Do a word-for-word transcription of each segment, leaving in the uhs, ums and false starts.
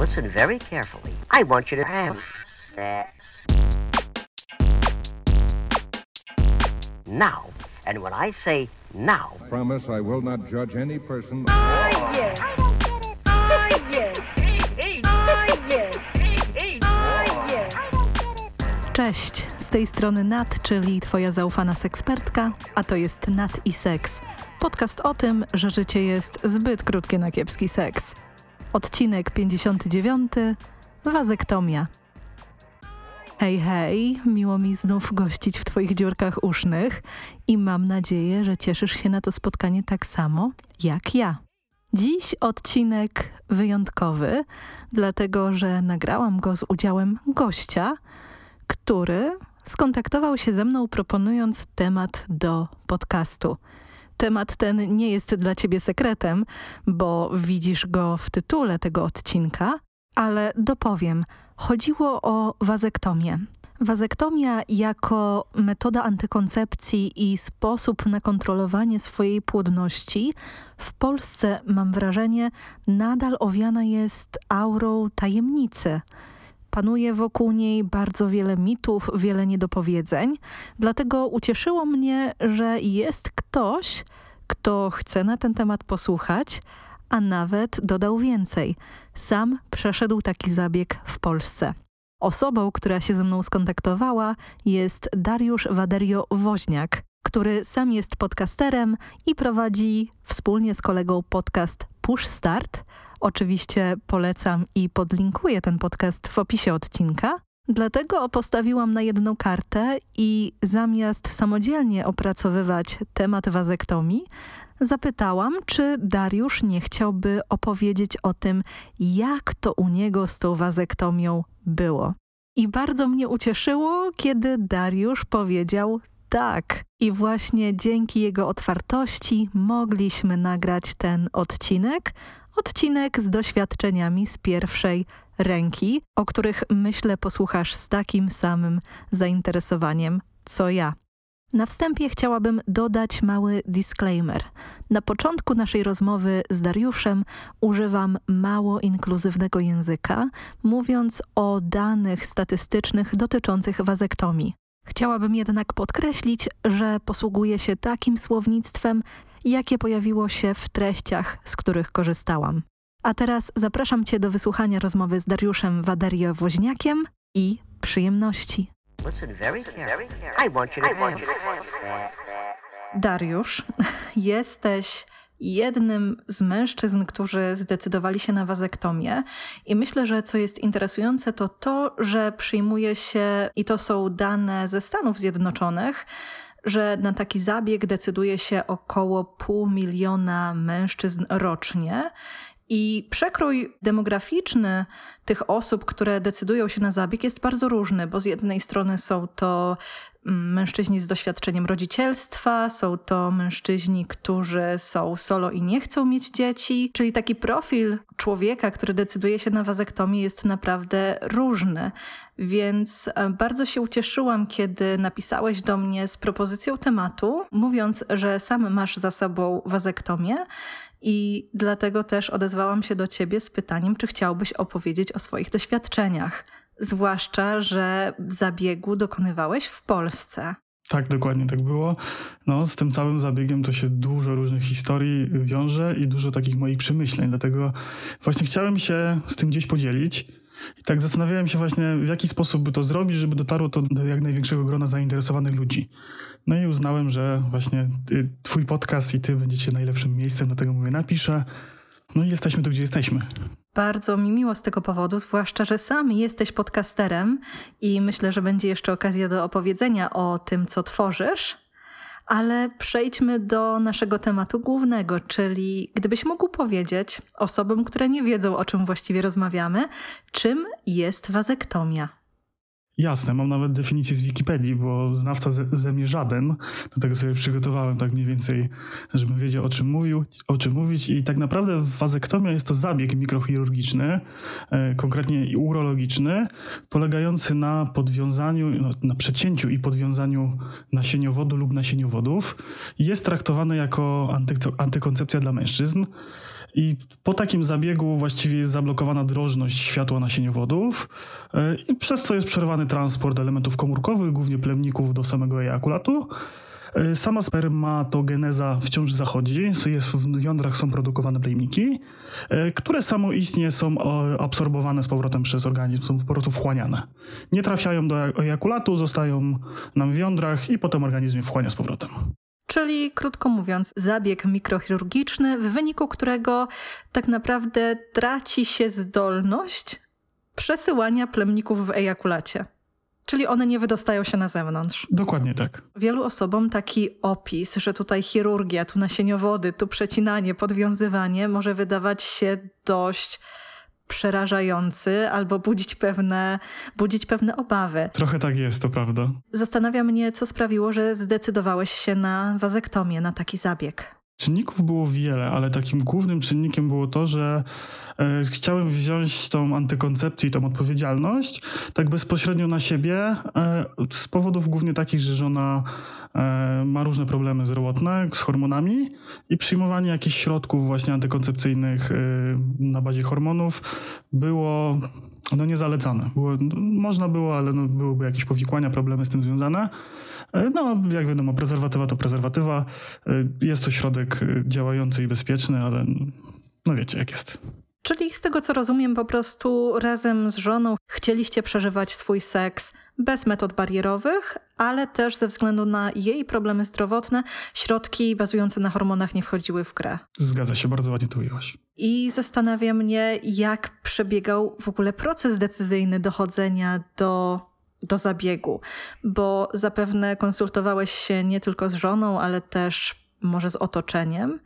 Listen very carefully. I want you to have sex. Now. And when I say now... I promise I will not judge any person... Oh, yes. I don't get it. Oh, yes. Oh, yes. Oh, yes. I don't get it. Cześć, z tej strony Nat, czyli twoja zaufana sekspertka, a to jest Nat i Seks. Podcast o tym, że życie jest zbyt krótkie na kiepski seks. Odcinek pięćdziesiąty dziewiąty. Wazektomia. Hej, hej, miło mi znów gościć w twoich dziurkach usznych i mam nadzieję, że cieszysz się na to spotkanie tak samo jak ja. Dziś odcinek wyjątkowy, dlatego że nagrałam go z udziałem gościa, który skontaktował się ze mną, proponując temat do podcastu. Temat ten nie jest dla ciebie sekretem, bo widzisz go w tytule tego odcinka, ale dopowiem. Chodziło o wazektomię. Wazektomia jako metoda antykoncepcji i sposób na kontrolowanie swojej płodności w Polsce, mam wrażenie, nadal owiana jest aurą tajemnicy. Panuje wokół niej bardzo wiele mitów, wiele niedopowiedzeń. Dlatego ucieszyło mnie, że jest ktoś, kto chce na ten temat posłuchać, a nawet dodał więcej. Sam przeszedł taki zabieg w Polsce. Osobą, która się ze mną skontaktowała, jest Dariusz Waderio-Woźniak, który sam jest podcasterem i prowadzi wspólnie z kolegą podcast Push Start. Oczywiście polecam i podlinkuję ten podcast w opisie odcinka. Dlatego postawiłam na jedną kartę i zamiast samodzielnie opracowywać temat wazektomii, zapytałam, czy Dariusz nie chciałby opowiedzieć o tym, jak to u niego z tą wazektomią było. I bardzo mnie ucieszyło, kiedy Dariusz powiedział tak. I właśnie dzięki jego otwartości mogliśmy nagrać ten odcinek. Odcinek z doświadczeniami z pierwszej ręki, o których myślę posłuchasz z takim samym zainteresowaniem co ja. Na wstępie chciałabym dodać mały disclaimer. Na początku naszej rozmowy z Dariuszem używam mało inkluzywnego języka, mówiąc o danych statystycznych dotyczących wazektomii. Chciałabym jednak podkreślić, że posługuję się takim słownictwem, jakie pojawiło się w treściach, z których korzystałam. A teraz zapraszam cię do wysłuchania rozmowy z Dariuszem Waderio-Woźniakiem i przyjemności. Listen very carefully. I want you to have sex. Dariusz, jesteś jednym z mężczyzn, którzy zdecydowali się na wazektomię i myślę, że co jest interesujące, to to, że przyjmuje się, i to są dane ze Stanów Zjednoczonych, że na taki zabieg decyduje się około pół miliona mężczyzn rocznie. I przekrój demograficzny tych osób, które decydują się na zabieg, jest bardzo różny, bo z jednej strony są to mężczyźni z doświadczeniem rodzicielstwa, są to mężczyźni, którzy są solo i nie chcą mieć dzieci, czyli taki profil człowieka, który decyduje się na wazektomię, jest naprawdę różny. Więc bardzo się ucieszyłam, kiedy napisałeś do mnie z propozycją tematu, mówiąc, że sam masz za sobą wazektomię. I dlatego też odezwałam się do ciebie z pytaniem, czy chciałbyś opowiedzieć o swoich doświadczeniach. Zwłaszcza, że zabiegu dokonywałeś w Polsce. Tak, dokładnie tak było. No, z tym całym zabiegiem to się dużo różnych historii wiąże i dużo takich moich przemyśleń. Dlatego właśnie chciałem się z tym gdzieś podzielić. I tak zastanawiałem się właśnie, w jaki sposób by to zrobić, żeby dotarło to do jak największego grona zainteresowanych ludzi. No i uznałem, że właśnie ty, twój podcast i ty będziecie najlepszym miejscem, dlatego mówię, napiszę. No i jesteśmy tu, gdzie jesteśmy. Bardzo mi miło z tego powodu, zwłaszcza, że sam jesteś podcasterem i myślę, że będzie jeszcze okazja do opowiedzenia o tym, co tworzysz. Ale przejdźmy do naszego tematu głównego, czyli gdybyś mógł powiedzieć osobom, które nie wiedzą, o czym właściwie rozmawiamy, czym jest wazektomia? Jasne, mam nawet definicję z Wikipedii, bo znawca ze, ze mnie żaden, dlatego sobie przygotowałem tak mniej więcej, żebym wiedział o czym mówił, o czym mówić i tak naprawdę wazektomia jest to zabieg mikrochirurgiczny, e, konkretnie urologiczny, polegający na podwiązaniu, no, na przecięciu i podwiązaniu nasieniowodu lub nasieniowodów. Jest traktowany jako anty, antykoncepcja dla mężczyzn I po takim zabiegu właściwie jest zablokowana drożność światła nasieniowodów i przez co jest przerwany transport elementów komórkowych, głównie plemników, do samego ejakulatu. Sama spermatogeneza wciąż zachodzi, jest w jądrach są produkowane plemniki, które samoistnie są absorbowane z powrotem przez organizm, są po prostu wchłaniane. Nie trafiają do ejakulatu, zostają nam w jądrach i potem organizm je wchłania z powrotem. Czyli, krótko mówiąc, zabieg mikrochirurgiczny, w wyniku którego tak naprawdę traci się zdolność przesyłania plemników w ejakulacie. Czyli one nie wydostają się na zewnątrz. Dokładnie tak. Wielu osobom taki opis, że tutaj chirurgia, tu nasieniowody, tu przecinanie, podwiązywanie może wydawać się dość przerażający albo budzić pewne, budzić pewne obawy. Trochę tak jest, to prawda. Zastanawia mnie, co sprawiło, że zdecydowałeś się na wazektomię, na taki zabieg. Czynników było wiele, ale takim głównym czynnikiem było to, że e, chciałem wziąć tą antykoncepcję i tą odpowiedzialność tak bezpośrednio na siebie e, z powodów głównie takich, że żona e, ma różne problemy zdrowotne z hormonami i przyjmowanie jakichś środków właśnie antykoncepcyjnych e, na bazie hormonów było no, niezalecane. Było, no, można było, ale no, byłyby jakieś powikłania, problemy z tym związane. No, jak wiadomo, prezerwatywa to prezerwatywa. Jest to środek działający i bezpieczny, ale no wiecie, jak jest. Czyli z tego, co rozumiem, po prostu razem z żoną chcieliście przeżywać swój seks bez metod barierowych, ale też ze względu na jej problemy zdrowotne środki bazujące na hormonach nie wchodziły w grę. Zgadza się, bardzo ładnie to ujęłaś. I zastanawia mnie, jak przebiegał w ogóle proces decyzyjny dochodzenia do... do zabiegu, bo zapewne konsultowałeś się nie tylko z żoną, ale też może z otoczeniem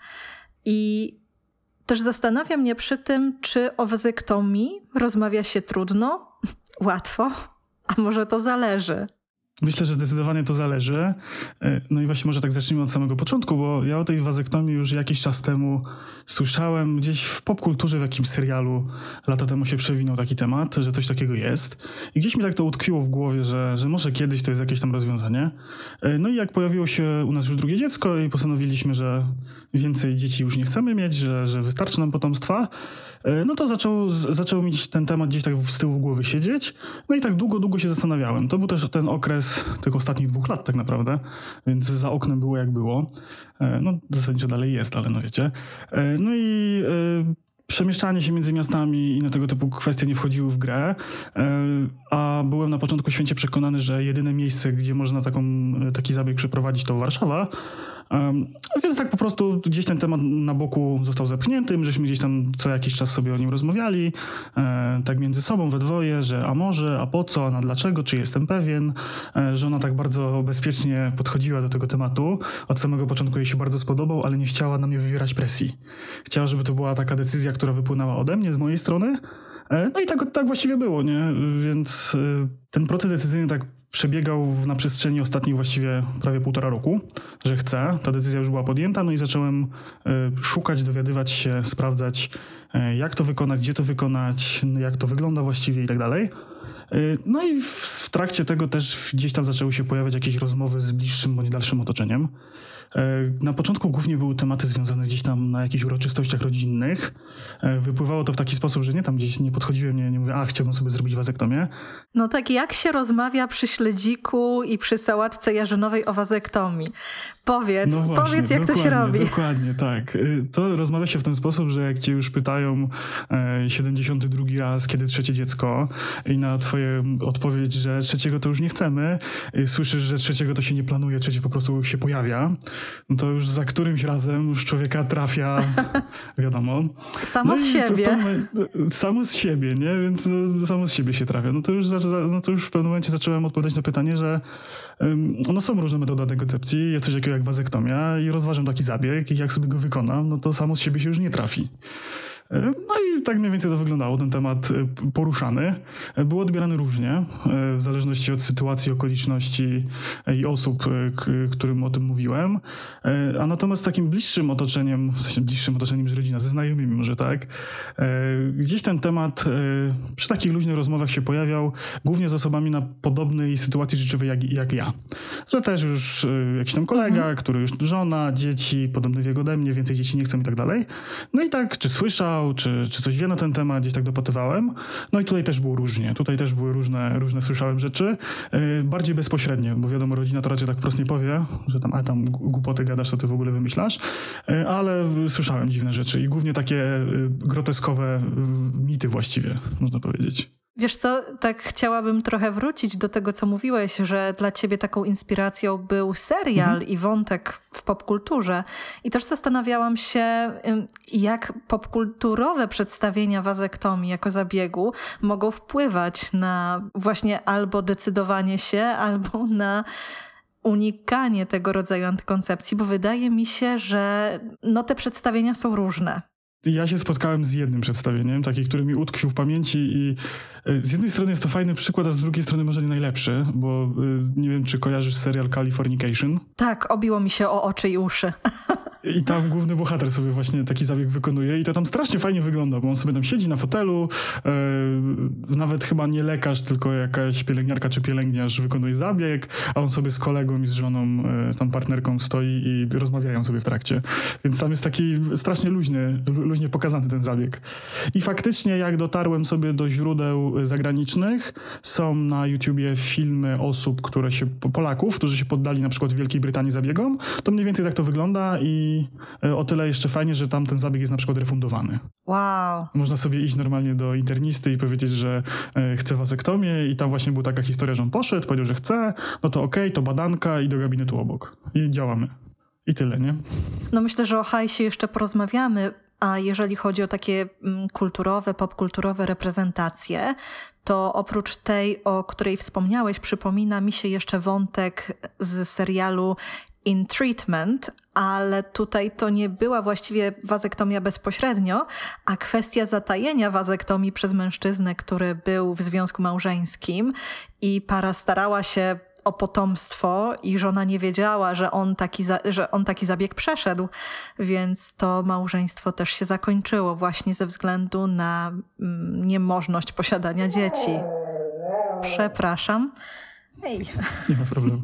i też zastanawia mnie przy tym, czy o wazektomii rozmawia się trudno, łatwo, a może to zależy. Myślę, że zdecydowanie to zależy. No i właśnie może tak zacznijmy od samego początku, bo ja o tej wazektomii już jakiś czas temu słyszałem gdzieś w popkulturze, w jakimś serialu lata temu się przewinął taki temat, że coś takiego jest. I gdzieś mi tak to utkwiło w głowie, że, że może kiedyś to jest jakieś tam rozwiązanie. No i jak pojawiło się u nas już drugie dziecko i postanowiliśmy, że więcej dzieci już nie chcemy mieć, że, że wystarczy nam potomstwa, no to zaczął, zaczął mi ten temat gdzieś tak z tyłu głowy siedzieć. No i tak długo, długo się zastanawiałem. To był też ten okres tych ostatnich dwóch lat tak naprawdę, więc za oknem było jak było. No zasadniczo dalej jest, ale no wiecie. No i y, przemieszczanie się między miastami i na tego typu kwestie nie wchodziły w grę, y, a byłem na początku święcie przekonany, że jedyne miejsce, gdzie można taką, taki zabieg przeprowadzić, to Warszawa. Um, więc tak po prostu gdzieś ten temat na boku został zepchnięty, żeśmy gdzieś tam co jakiś czas sobie o nim rozmawiali, e, tak między sobą we dwoje, że a może, a po co, a na dlaczego, czy jestem pewien, e, że ona tak bardzo bezpiecznie podchodziła do tego tematu. Od samego początku jej się bardzo spodobał, ale nie chciała na mnie wywierać presji. Chciała, żeby to była taka decyzja, która wypłynęła ode mnie, z mojej strony. E, no i tak, tak właściwie było, nie? Więc e, ten proces decyzyjny tak przebiegał na przestrzeni ostatnich właściwie prawie półtora roku, że chcę. Ta decyzja już była podjęta, no i zacząłem y, szukać, dowiadywać się, sprawdzać, y, jak to wykonać, gdzie to wykonać, jak to wygląda właściwie i tak dalej. Y, no i w, w trakcie tego też gdzieś tam zaczęły się pojawiać jakieś rozmowy z bliższym bądź dalszym otoczeniem. Na początku głównie były tematy związane gdzieś tam na jakichś uroczystościach rodzinnych. Wypływało to w taki sposób, że nie tam gdzieś nie podchodziłem, nie, nie mówię, a chciałbym sobie zrobić wazektomię. No tak jak się rozmawia przy śledziku i przy sałatce jarzynowej o wazektomii? Powiedz, no właśnie, powiedz jak to się robi. Dokładnie, tak. To rozmawia się w ten sposób, że jak cię już pytają e, siedemdziesiąty drugi raz, kiedy trzecie dziecko i na twoją odpowiedź, że trzeciego to już nie chcemy, e, słyszysz, że trzeciego to się nie planuje, trzecie po prostu się pojawia, no to już za którymś razem już człowieka trafia, wiadomo. Samo no z siebie. Moment, samo z siebie, nie? Więc no, samo z siebie się trafia. No to, już, no to już w pewnym momencie zacząłem odpowiadać na pytanie, że um, no są różne metody antykoncepcji, jest coś takiego jak wazektomia i rozważam taki zabieg i jak sobie go wykonam, no to samo z siebie się już nie trafi. No i tak mniej więcej to wyglądało, ten temat poruszany. Był odbierany różnie, w zależności od sytuacji, okoliczności i osób, którym o tym mówiłem. A natomiast takim bliższym otoczeniem, w sensie bliższym otoczeniem z rodzina, ze znajomymi może tak, gdzieś ten temat przy takich luźnych rozmowach się pojawiał, głównie z osobami na podobnej sytuacji życiowej jak, jak ja. Że też już jakiś tam kolega, mhm. który już żona, dzieci, podobny wiek ode mnie, więcej dzieci nie chcą i tak dalej. No i tak, czy słyszał, czy, czy coś wie na ten temat, gdzieś tak dopytywałem. No i tutaj też było różnie. Tutaj też były różne, różne słyszałem rzeczy. Yy, bardziej bezpośrednie, bo wiadomo, rodzina to raczej tak wprost nie powie, że tam, a tam głupoty gadasz, co ty w ogóle wymyślasz. Yy, ale słyszałem dziwne rzeczy i głównie takie yy, groteskowe yy, mity właściwie, można powiedzieć. Wiesz co, tak chciałabym trochę wrócić do tego, co mówiłeś, że dla ciebie taką inspiracją był serial mhm. i wątek w popkulturze. I też zastanawiałam się, jak popkulturowe przedstawienia wazektomii jako zabiegu mogą wpływać na właśnie albo decydowanie się, albo na unikanie tego rodzaju antykoncepcji, bo wydaje mi się, że no, te przedstawienia są różne. Ja się spotkałem z jednym przedstawieniem, taki, który mi utkwił w pamięci i z jednej strony jest to fajny przykład, a z drugiej strony może nie najlepszy, bo nie wiem, czy kojarzysz serial Californication? Tak, obiło mi się o oczy i uszy. I tam główny bohater sobie właśnie taki zabieg wykonuje i to tam strasznie fajnie wygląda, bo on sobie tam siedzi na fotelu, yy, nawet chyba nie lekarz, tylko jakaś pielęgniarka czy pielęgniarz wykonuje zabieg, a on sobie z kolegą i z żoną, yy, tam partnerką stoi i rozmawiają sobie w trakcie. Więc tam jest taki strasznie luźny, luźnie pokazany ten zabieg. I faktycznie jak dotarłem sobie do źródeł zagranicznych, są na YouTubie filmy osób, które się, Polaków, którzy się poddali na przykład w Wielkiej Brytanii zabiegom, to mniej więcej tak to wygląda i o tyle jeszcze fajnie, że tam ten zabieg jest na przykład refundowany. Wow. Można sobie iść normalnie do internisty i powiedzieć, że chce wazektomię i tam właśnie była taka historia, że on poszedł, powiedział, że chce, no to okej, okay, to badanka i do gabinetu obok. I działamy. I tyle, nie? No myślę, że o hajsie jeszcze porozmawiamy, a jeżeli chodzi o takie kulturowe, popkulturowe reprezentacje, to oprócz tej, o której wspomniałeś, przypomina mi się jeszcze wątek z serialu In Treatment, ale tutaj to nie była właściwie wazektomia bezpośrednio, a kwestia zatajenia wazektomii przez mężczyznę, który był w związku małżeńskim i para starała się o potomstwo i żona nie wiedziała, że on taki, za, że on taki zabieg przeszedł, więc to małżeństwo też się zakończyło właśnie ze względu na mm, niemożność posiadania dzieci. Przepraszam. Hej. Nie ma problemu.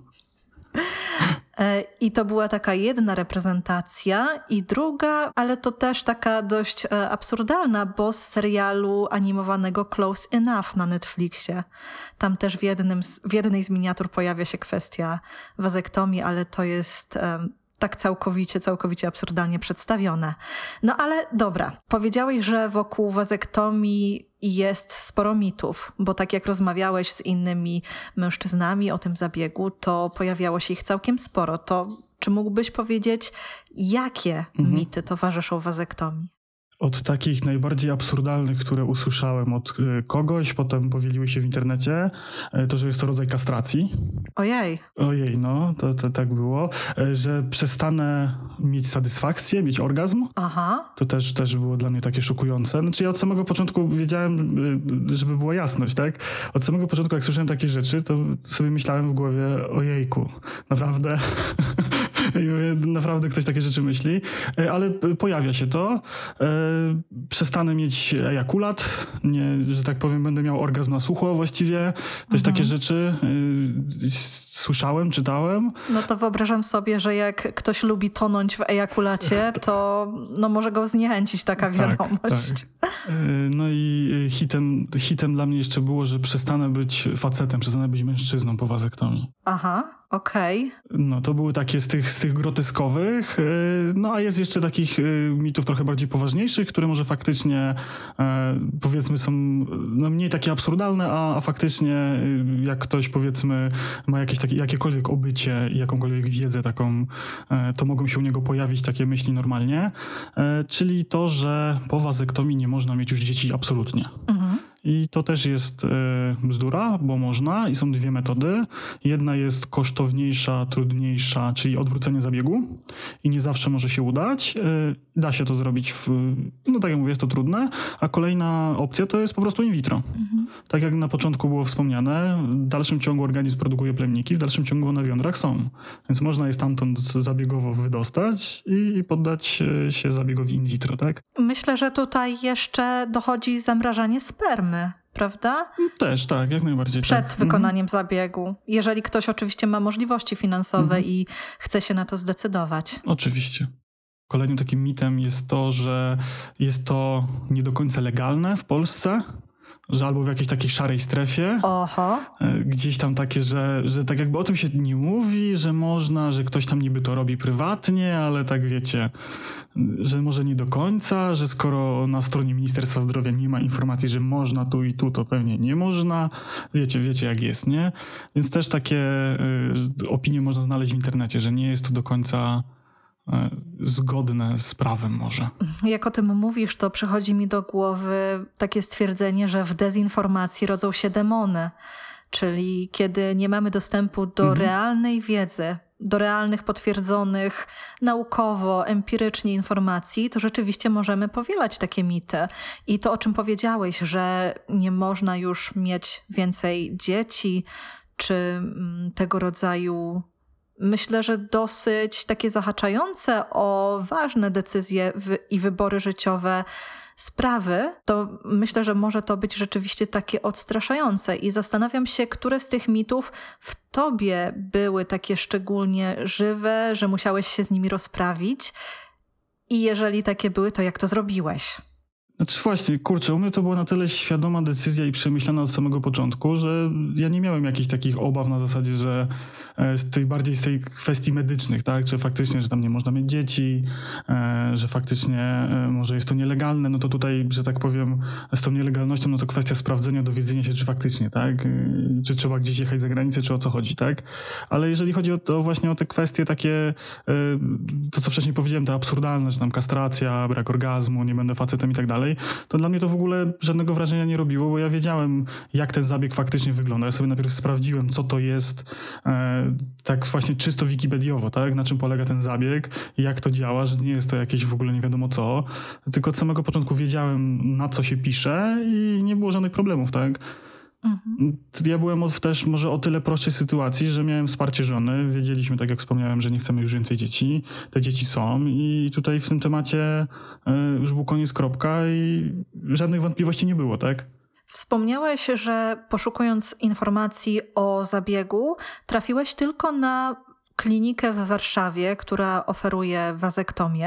I to była taka jedna reprezentacja i druga, ale to też taka dość absurdalna, bo z serialu animowanego Close Enough na Netflixie. Tam też w, jednym z, w jednej z miniatur pojawia się kwestia wazektomii, ale to jest um, tak całkowicie, całkowicie absurdalnie przedstawione. No ale dobra, powiedziałeś, że wokół wazektomii jest sporo mitów, bo tak jak rozmawiałeś z innymi mężczyznami o tym zabiegu, to pojawiało się ich całkiem sporo. To czy mógłbyś powiedzieć, jakie mhm. mity towarzyszą wazektomii? Od takich najbardziej absurdalnych, które usłyszałem od kogoś, potem powieliły się w internecie, to, że jest to rodzaj kastracji. Ojej. Ojej, no, to, to tak było. Że przestanę mieć satysfakcję, mieć orgazm. Aha. To też, też było dla mnie takie szokujące. Znaczy ja od samego początku wiedziałem, żeby była jasność, tak? Od samego początku, jak słyszałem takie rzeczy, to sobie myślałem w głowie, ojejku, naprawdę... Naprawdę ktoś takie rzeczy myśli, ale pojawia się to. Przestanę mieć ejakulat, nie, że tak powiem, będę miał orgazm na sucho właściwie. Też mhm. takie rzeczy słyszałem, czytałem. No to wyobrażam sobie, że jak ktoś lubi tonąć w ejakulacie, to no może go zniechęcić taka wiadomość. Tak, tak. No i hitem, hitem dla mnie jeszcze było, że przestanę być facetem, przestanę być mężczyzną po wazektomii. Aha. Okej. Okay. No to były takie z tych, z tych groteskowych, no a jest jeszcze takich mitów trochę bardziej poważniejszych, które może faktycznie powiedzmy są no, mniej takie absurdalne, a, a faktycznie jak ktoś powiedzmy ma jakieś takie, jakiekolwiek obycie i jakąkolwiek wiedzę taką, to mogą się u niego pojawić takie myśli normalnie, czyli to, że po wazektomii nie można mieć już dzieci absolutnie. Mhm. I to też jest e, bzdura, bo można i są dwie metody. Jedna jest kosztowniejsza, trudniejsza, czyli odwrócenie zabiegu i nie zawsze może się udać. E, da się to zrobić, w, no tak jak mówię, jest to trudne. A kolejna opcja to jest po prostu in vitro. Mhm. Tak jak na początku było wspomniane, w dalszym ciągu organizm produkuje plemniki, w dalszym ciągu one w jądrach są. Więc można je stamtąd zabiegowo wydostać i, i poddać się zabiegowi in vitro, tak? Myślę, że tutaj jeszcze dochodzi zamrażanie spermy, prawda? Też, tak, jak najbardziej. Przed tak. wykonaniem mhm. zabiegu. Jeżeli ktoś oczywiście ma możliwości finansowe mhm. i chce się na to zdecydować. Oczywiście. Kolejnym takim mitem jest to, że jest to nie do końca legalne w Polsce, że albo w jakiejś takiej szarej strefie. Oho. Gdzieś tam takie, że, że tak jakby o tym się nie mówi, że można, że ktoś tam niby to robi prywatnie, ale tak wiecie, że może nie do końca, że skoro na stronie Ministerstwa Zdrowia nie ma informacji, że można tu i tu, to pewnie nie można. Wiecie, wiecie jak jest, nie? Więc też takie y, opinie można znaleźć w internecie, że nie jest to do końca zgodne z prawem może. Jak o tym mówisz, to przychodzi mi do głowy takie stwierdzenie, że w dezinformacji rodzą się demony. Czyli kiedy nie mamy dostępu do mhm. realnej wiedzy, do realnych, potwierdzonych naukowo, empirycznie informacji, to rzeczywiście możemy powielać takie mity. I to, o czym powiedziałeś, że nie można już mieć więcej dzieci, czy tego rodzaju... Myślę, że dosyć takie zahaczające o ważne decyzje i wybory życiowe sprawy, to myślę, że może to być rzeczywiście takie odstraszające. I zastanawiam się, które z tych mitów w tobie były takie szczególnie żywe, że musiałeś się z nimi rozprawić. I jeżeli takie były, to jak to zrobiłeś? Znaczy właśnie, kurczę, u mnie to była na tyle świadoma decyzja i przemyślana od samego początku, że ja nie miałem jakichś takich obaw na zasadzie, że z tej, bardziej z tej kwestii medycznych, tak, że faktycznie, że tam nie można mieć dzieci, że faktycznie może jest to nielegalne, no to tutaj, że tak powiem, z tą nielegalnością, no to kwestia sprawdzenia, dowiedzenia się, czy faktycznie, tak, czy trzeba gdzieś jechać za granicę, czy o co chodzi, tak, ale jeżeli chodzi o to właśnie o te kwestie takie, to co wcześniej powiedziałem, te absurdalne, że tam kastracja, brak orgazmu, nie będę facetem i tak dalej, to dla mnie to w ogóle żadnego wrażenia nie robiło, bo ja wiedziałem, jak ten zabieg faktycznie wygląda. Ja sobie najpierw sprawdziłem, co to jest, e, tak właśnie czysto wikipediowo, tak? Na czym polega ten zabieg, jak to działa, że nie jest to jakieś w ogóle nie wiadomo co, tylko od samego początku wiedziałem, na co się pisze i nie było żadnych problemów, tak? Mhm. Ja byłem też może o tyle prostszej sytuacji, że miałem wsparcie żony. Wiedzieliśmy, tak jak wspomniałem, że nie chcemy już więcej dzieci. Te dzieci są i tutaj w tym temacie już był koniec, kropka i żadnych wątpliwości nie było, tak? Wspomniałeś, że poszukując informacji o zabiegu, trafiłeś tylko na klinikę w Warszawie, która oferuje wazektomię.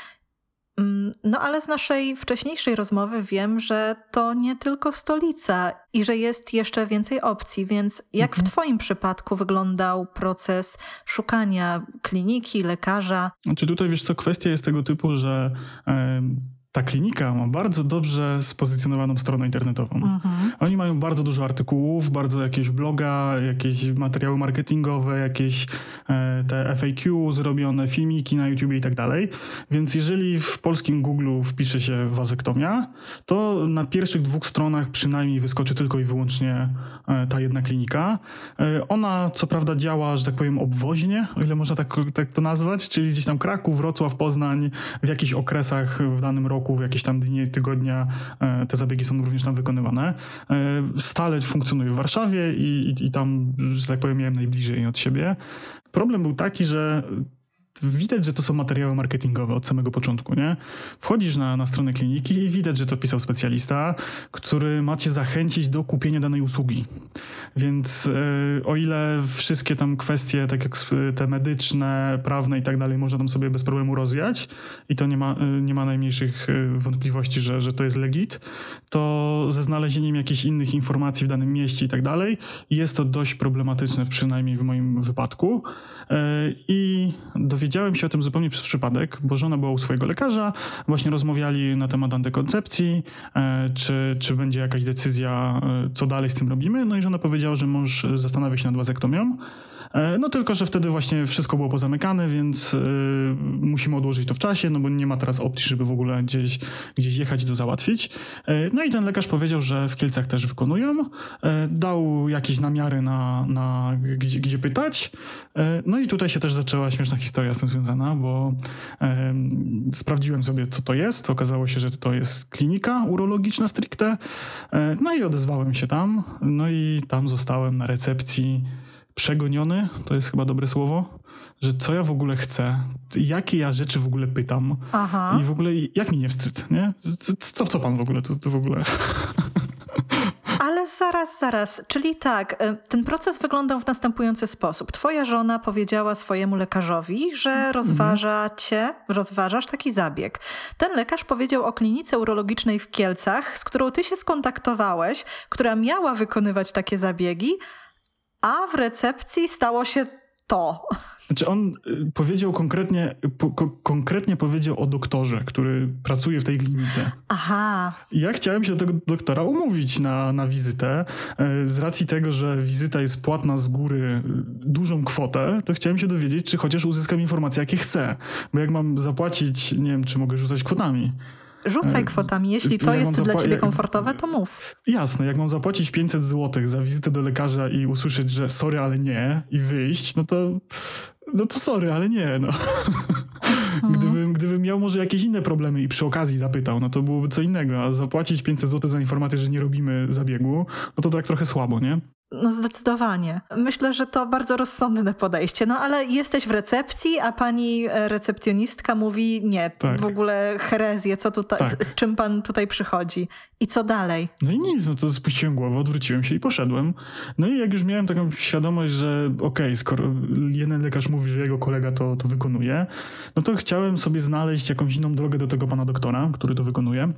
No ale z naszej wcześniejszej rozmowy wiem, że to nie tylko stolica i że jest jeszcze więcej opcji, więc jak mhm. w twoim przypadku wyglądał proces szukania kliniki, lekarza? Znaczy tutaj wiesz co, kwestia jest tego typu, że... Yy... Ta klinika ma bardzo dobrze spozycjonowaną stronę internetową. Mhm. Oni mają bardzo dużo artykułów, bardzo jakieś bloga, jakieś materiały marketingowe, jakieś e, te F A Q zrobione, filmiki na YouTubie i tak dalej. Więc jeżeli w polskim Google'u wpisze się wazektomia, to na pierwszych dwóch stronach przynajmniej wyskoczy tylko i wyłącznie e, ta jedna klinika. E, ona co prawda działa, że tak powiem, obwoźnie, o ile można tak, tak to nazwać, czyli gdzieś tam Kraków, Wrocław, Poznań, w jakichś okresach w danym roku, w jakieś tam dni, tygodnia te zabiegi są również tam wykonywane. Stale funkcjonuje w Warszawie i, i, i tam, że tak powiem, miałem najbliżej od siebie. Problem był taki, że widać, że to są materiały marketingowe od samego początku, nie? Wchodzisz na, na stronę kliniki i widać, że to pisał specjalista, który ma cię zachęcić do kupienia danej usługi. Więc yy, o ile wszystkie tam kwestie, tak jak te medyczne, prawne i tak dalej, można tam sobie bez problemu rozwijać i to nie ma, yy, nie ma najmniejszych yy, wątpliwości, że, że to jest legit, to ze znalezieniem jakichś innych informacji w danym mieście i tak dalej jest to dość problematyczne, przynajmniej w moim wypadku. Yy, I dowiedziałem Dowiedziałem się o tym zupełnie przez przypadek, bo żona była u swojego lekarza, właśnie rozmawiali na temat antykoncepcji, e, czy, czy będzie jakaś decyzja, e, co dalej z tym robimy. No i żona powiedziała, że mąż zastanawia się nad wazektomią No tylko, że wtedy właśnie wszystko było pozamykane, więc yy, musimy odłożyć to w czasie, no bo nie ma teraz opcji, żeby w ogóle gdzieś, gdzieś jechać i to załatwić. Yy, no i ten lekarz powiedział, że w Kielcach też wykonują. Yy, dał jakieś namiary na, na gdzie, gdzie pytać. Yy, no i tutaj się też zaczęła śmieszna historia z tym związana, bo yy, sprawdziłem sobie, co to jest. Okazało się, że to jest klinika urologiczna stricte. Yy, no i odezwałem się tam. No i tam zostałem na recepcji przegoniony, to jest chyba dobre słowo, że co ja w ogóle chcę, jakie ja rzeczy w ogóle pytam. Aha. I w ogóle jak mi nie wstyd, nie? Co, co pan w ogóle, to, to w ogóle... Ale zaraz, zaraz. Czyli tak, ten proces wyglądał w następujący sposób. Twoja żona powiedziała swojemu lekarzowi, że rozważa cię, rozważasz taki zabieg. Ten lekarz powiedział o klinice urologicznej w Kielcach, z którą ty się skontaktowałeś, która miała wykonywać takie zabiegi, a w recepcji stało się to. Znaczy on y, powiedział konkretnie, po, ko, konkretnie powiedział o doktorze, który pracuje w tej klinice. Aha. I ja chciałem się do tego doktora umówić na, na wizytę. Y, z racji tego, że wizyta jest płatna z góry y, dużą kwotę, to chciałem się dowiedzieć, czy chociaż uzyskam informacje, jakie chcę. Bo jak mam zapłacić, nie wiem, czy mogę rzucać kwotami. Rzucaj kwotami. Jeśli to jak jest zapła- dla ciebie jak- komfortowe, to mów. Jasne, jak mam zapłacić pięćset złotych za wizytę do lekarza i usłyszeć, że sorry, ale nie i wyjść, no to no to sorry, ale nie, no. Gdybym, gdybym miał może jakieś inne problemy i przy okazji zapytał, no to byłoby co innego, a zapłacić pięćset złotych za informację, że nie robimy zabiegu, no to tak trochę słabo, nie? No zdecydowanie. Myślę, że to bardzo rozsądne podejście. No ale jesteś w recepcji, a pani recepcjonistka mówi nie, Tak. w ogóle herezję, co tutaj, Tak. z, z czym pan tutaj przychodzi. I co dalej? No i nic, no to spuściłem głowę, odwróciłem się i poszedłem. No i jak już miałem taką świadomość, że okej, okay, skoro jeden lekarz mówi, że jego kolega to, to wykonuje, no to chciałem sobie znaleźć jakąś inną drogę do tego pana doktora, który to wykonuje.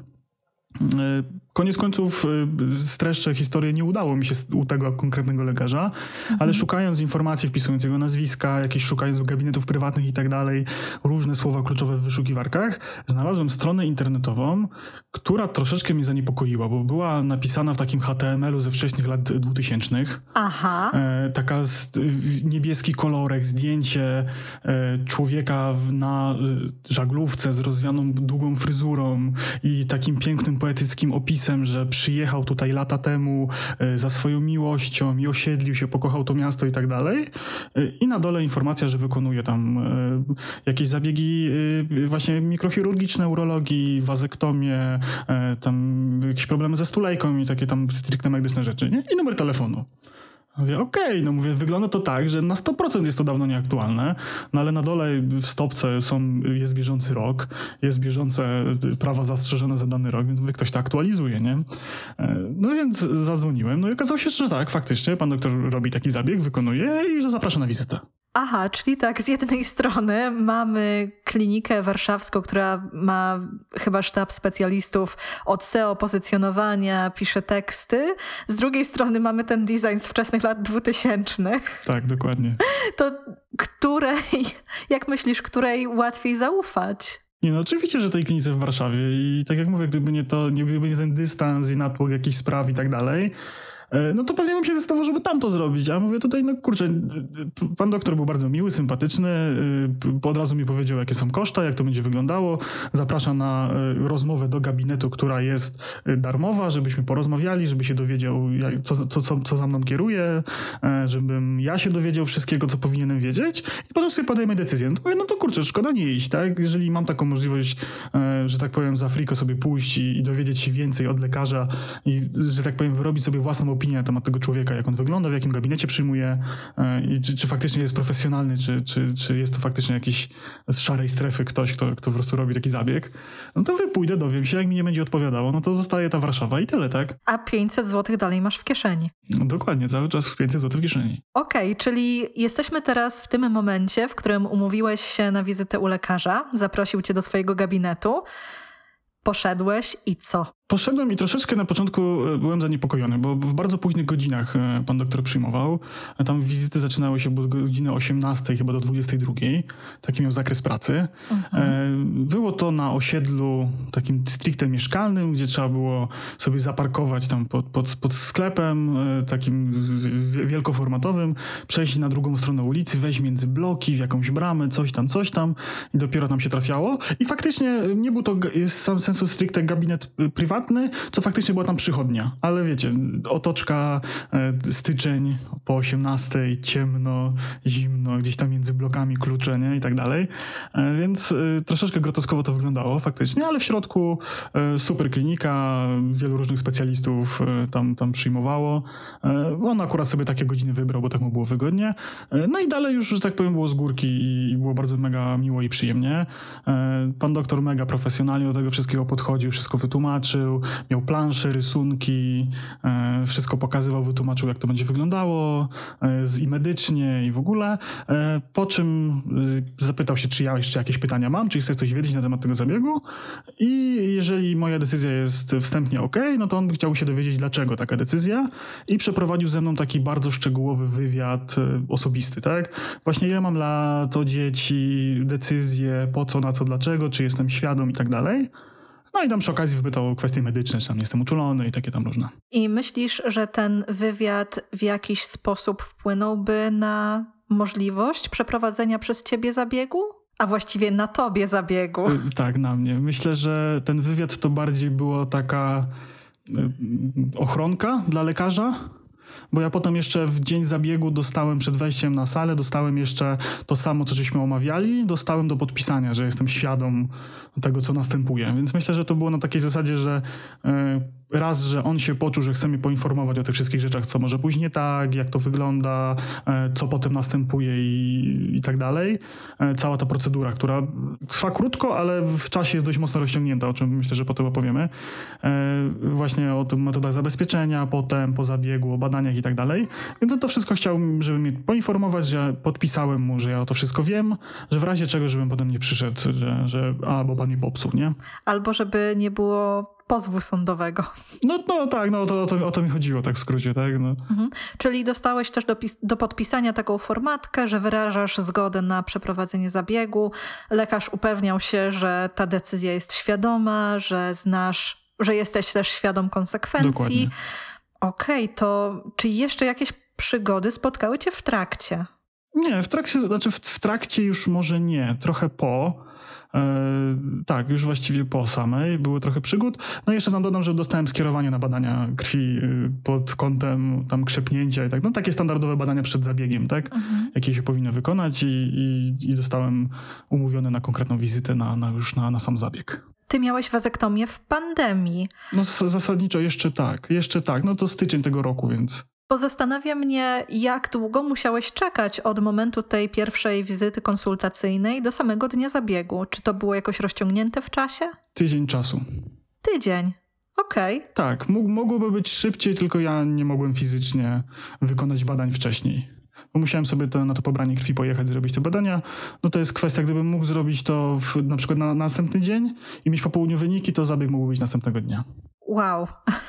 Koniec końców streszczę historię, nie udało mi się u tego konkretnego lekarza, mhm. ale szukając informacji, wpisując jego nazwiska, jakieś szukając gabinetów prywatnych i tak dalej, różne słowa kluczowe w wyszukiwarkach, znalazłem stronę internetową, która troszeczkę mnie zaniepokoiła, bo była napisana w takim H T M L u ze wcześniej lat dwutysięcznych. Aha. E, taka z, niebieski kolorek, zdjęcie e, człowieka w, na e, żaglówce z rozwianą długą fryzurą i takim pięknym poetyckim opisem, że przyjechał tutaj lata temu e, za swoją miłością i osiedlił się, pokochał to miasto i tak dalej. E, I na dole informacja, że wykonuje tam e, jakieś zabiegi e, właśnie mikrochirurgiczne, urologii, wazektomię, e, tam jakieś problemy ze stulejką i takie tam stricte medyczne rzeczy, nie? I numer telefonu. Mówię, okej, okay, no mówię, wygląda to tak, że na sto procent jest to dawno nieaktualne, no ale na dole w stopce są, jest bieżący rok, jest bieżące prawa zastrzeżone za dany rok, więc mówię, ktoś to aktualizuje, nie? No więc zadzwoniłem, no i okazało się, że tak, faktycznie pan doktor robi taki zabieg, wykonuje i że zaprasza na wizytę. Aha, czyli tak, z jednej strony mamy klinikę warszawską, która ma chyba sztab specjalistów od S E O, pozycjonowania, pisze teksty. Z drugiej strony mamy ten design z wczesnych lat dwutysięcznych. Tak, dokładnie. To której, jak myślisz, której łatwiej zaufać? Nie, no oczywiście, że tej klinice w Warszawie i tak jak mówię, gdyby nie to, gdyby nie ten dystans i natłok jakichś spraw i tak dalej, no to pewnie bym się zdecydował, żeby tam to zrobić. A mówię tutaj, no kurczę, pan doktor był bardzo miły, sympatyczny, od razu mi powiedział, jakie są koszta, jak to będzie wyglądało. Zaprasza na rozmowę do gabinetu, która jest darmowa, żebyśmy porozmawiali, żeby się dowiedział, jak, co, co, co, co za mną kieruje, żebym ja się dowiedział wszystkiego, co powinienem wiedzieć i potem sobie podejmę decyzję. No to, mówię, no to kurczę, szkoda nie iść, tak? Jeżeli mam taką możliwość, że tak powiem, za friko sobie pójść i, i dowiedzieć się więcej od lekarza i, że tak powiem, wyrobić sobie własną opinię na temat tego człowieka, jak on wygląda, w jakim gabinecie przyjmuje i czy, czy faktycznie jest profesjonalny, czy, czy, czy jest to faktycznie jakiś z szarej strefy ktoś, kto, kto po prostu robi taki zabieg, no to pójdę, dowiem się, jak mi nie będzie odpowiadało, no to zostaje ta Warszawa i tyle, tak? A pięćset złotych dalej masz w kieszeni. No dokładnie, cały czas pięćset złotych w kieszeni. Okej, okay, czyli jesteśmy teraz w tym momencie, w którym umówiłeś się na wizytę u lekarza, zaprosił cię do swojego gabinetu, poszedłeś i co? Poszedłem i troszeczkę na początku byłem zaniepokojony, bo w bardzo późnych godzinach pan doktor przyjmował. Tam wizyty zaczynały się od godziny osiemnastej chyba do dwudziestej drugiej. Taki miał zakres pracy. Mhm. Było to na osiedlu takim stricte mieszkalnym, gdzie trzeba było sobie zaparkować tam pod, pod, pod sklepem takim wielkoformatowym, przejść na drugą stronę ulicy, wejść między bloki, w jakąś bramę, coś tam, coś tam i dopiero tam się trafiało. I faktycznie nie był to sam sensu stricte gabinet prywatny, co faktycznie była tam przychodnia. Ale wiecie, otoczka, e, styczeń po osiemnastej, ciemno, zimno, gdzieś tam między blokami klucze, nie? I tak dalej. E, więc e, troszeczkę groteskowo to wyglądało faktycznie, ale w środku e, super klinika, wielu różnych specjalistów e, tam, tam przyjmowało. E, on akurat sobie takie godziny wybrał, bo tak mu było wygodnie. E, no i dalej już, że tak powiem, było z górki i, i było bardzo mega miło i przyjemnie. E, pan doktor mega profesjonalnie do tego wszystkiego podchodził, wszystko wytłumaczył, miał plansze, rysunki, e, wszystko pokazywał, wytłumaczył, jak to będzie wyglądało e, i medycznie i w ogóle. E, po czym e, zapytał się, czy ja jeszcze jakieś pytania mam, czy chcę coś wiedzieć na temat tego zabiegu i jeżeli moja decyzja jest wstępnie ok, no to on by chciał się dowiedzieć, dlaczego taka decyzja i przeprowadził ze mną taki bardzo szczegółowy wywiad e, osobisty, tak? Właśnie ile mam lat, o dzieci, decyzje, po co, na co, dlaczego, czy jestem świadom i tak dalej. No i tam przy okazji wypytał o kwestie medyczne, czy tam jestem uczulony i takie tam różne. I myślisz, że ten wywiad w jakiś sposób wpłynąłby na możliwość przeprowadzenia przez ciebie zabiegu? A właściwie na tobie zabiegu. Tak, na mnie. Myślę, że ten wywiad to bardziej była taka ochronka dla lekarza. Bo ja potem jeszcze w dzień zabiegu dostałem przed wejściem na salę, dostałem jeszcze to samo, co żeśmy omawiali, dostałem do podpisania, że jestem świadom tego, co następuje. Więc myślę, że to było na takiej zasadzie, że y, raz, że on się poczuł, że chce mnie poinformować o tych wszystkich rzeczach, co może pójść nie tak, jak to wygląda, y, co potem następuje i, i tak dalej. Y, cała ta procedura, która trwa krótko, ale w czasie jest dość mocno rozciągnięta, o czym myślę, że potem opowiemy. Y, właśnie o tym metodach zabezpieczenia, potem po zabiegu, o badaniach i tak dalej. Więc on to wszystko chciał, żeby mnie poinformować, że podpisałem mu, że ja o to wszystko wiem, że w razie czego, żebym potem nie przyszedł, że, że a, bo pan mnie popsuł, nie? Albo żeby nie było pozwu sądowego. No, no tak, no to, o, to, o to mi chodziło tak w skrócie, tak? No. Mhm. Czyli dostałeś też do, pis- do podpisania taką formatkę, że wyrażasz zgodę na przeprowadzenie zabiegu. Lekarz upewniał się, że ta decyzja jest świadoma, że znasz, że jesteś też świadom konsekwencji. Dokładnie. Okej, okay, to czy jeszcze jakieś przygody spotkały cię w trakcie? Nie, w trakcie, znaczy w, w trakcie już może nie, trochę po. E, tak, już właściwie po samej było trochę przygód. No i jeszcze tam dodam, że dostałem skierowanie na badania krwi y, pod kątem tam krzepnięcia i tak. No takie standardowe badania przed zabiegiem, tak? Mhm. Jakie się powinno wykonać i, i, i zostałem umówiony na konkretną wizytę na, na już na, na sam zabieg. Ty miałeś wazektomię w pandemii. No zasadniczo jeszcze tak, jeszcze tak. No to styczeń tego roku, więc... Bo zastanawia mnie, jak długo musiałeś czekać od momentu tej pierwszej wizyty konsultacyjnej do samego dnia zabiegu. Czy to było jakoś rozciągnięte w czasie? Tydzień czasu. Tydzień. Okej. Okay. Tak, mógł, mogłoby być szybciej, tylko ja nie mogłem fizycznie wykonać badań wcześniej. Bo musiałem sobie to, na to pobranie krwi pojechać, zrobić te badania. No to jest kwestia, gdybym mógł zrobić to w, na przykład na, na następny dzień i mieć po południu wyniki, to zabieg mógł być następnego dnia. Wow.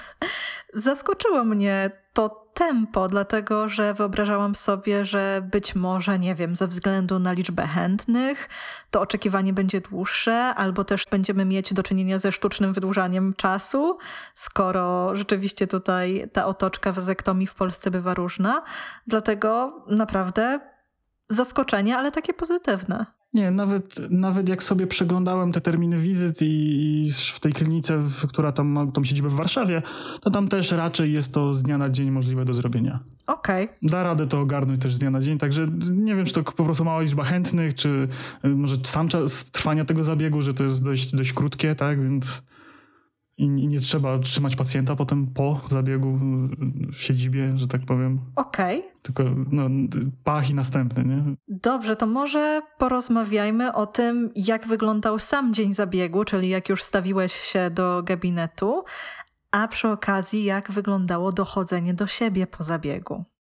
Zaskoczyło mnie to tempo, dlatego że wyobrażałam sobie, że być może, nie wiem, ze względu na liczbę chętnych, to oczekiwanie będzie dłuższe, albo też będziemy mieć do czynienia ze sztucznym wydłużaniem czasu, skoro rzeczywiście tutaj ta otoczka wazektomii w Polsce bywa różna. Dlatego naprawdę zaskoczenie, ale takie pozytywne. Nie, nawet, nawet jak sobie przeglądałem te terminy wizyt i, i w tej klinice, w, która tam ma tą siedzibę w Warszawie, to tam też raczej jest to z dnia na dzień możliwe do zrobienia. Okej. Okay. Da radę to ogarnąć też z dnia na dzień, także nie wiem, czy to po prostu mała liczba chętnych, czy może sam czas trwania tego zabiegu, że to jest dość, dość krótkie, tak, więc... I nie trzeba trzymać pacjenta potem po zabiegu w siedzibie, że tak powiem. Okej. Okay. Tylko no, pach i następny, nie? Dobrze, to może porozmawiajmy o tym, jak wyglądał sam dzień zabiegu, czyli jak już stawiłeś się do gabinetu, a przy okazji jak wyglądało dochodzenie do siebie po zabiegu.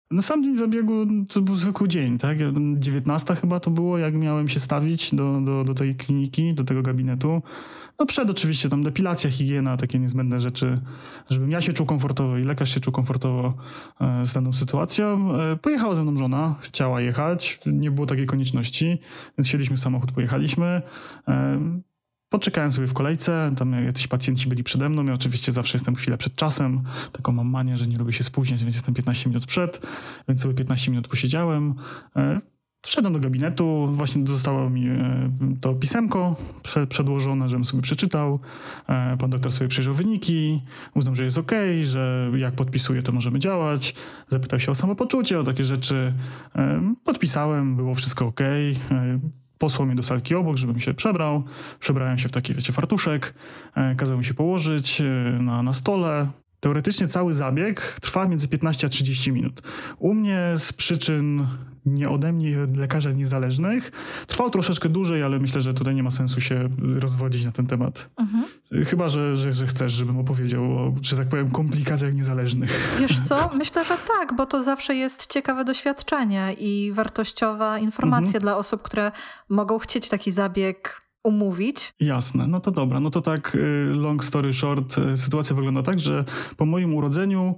No sam dzień zabiegu to był zwykły dzień, tak? dziewiętnasta chyba to było, jak miałem się stawić do, do, do tej kliniki, do tego gabinetu. No przed oczywiście tam depilacja, higiena, takie niezbędne rzeczy, żebym ja się czuł komfortowo i lekarz się czuł komfortowo e, z daną sytuacją. E, pojechała ze mną żona, chciała jechać, nie było takiej konieczności, więc wsiedliśmy w samochód, pojechaliśmy. E, Poczekałem sobie w kolejce, tam jacyś pacjenci byli przede mną, ja oczywiście zawsze jestem chwilę przed czasem, taką mam manię, że nie lubię się spóźniać, więc jestem piętnaście minut przed, więc sobie piętnaście minut posiedziałem. E, Wszedłem do gabinetu, właśnie zostało mi e, to pisemko prze, przedłożone, żebym sobie przeczytał. E, pan doktor sobie przejrzał wyniki, uznał, że jest okej, że jak podpisuję, to możemy działać. Zapytał się o samopoczucie, o takie rzeczy. E, podpisałem, było wszystko okej. E, Posłał mnie do salki obok, żebym się przebrał. Przebrałem się w taki, wiecie, fartuszek. E, kazał mi się położyć e, na, na stole. Teoretycznie cały zabieg trwa między piętnaście a trzydzieści minut. U mnie z przyczyn nie ode mnie i od lekarza niezależnych trwał troszeczkę dłużej, ale myślę, że tutaj nie ma sensu się rozwodzić na ten temat. Mhm. Chyba, że, że, że chcesz, żebym opowiedział o, że tak powiem, komplikacjach niezależnych. Wiesz co? Myślę, że tak, bo to zawsze jest ciekawe doświadczenie i wartościowa informacja mhm. dla osób, które mogą chcieć taki zabieg umówić. Jasne, no to dobra. No to tak long story short, sytuacja wygląda tak, że po moim urodzeniu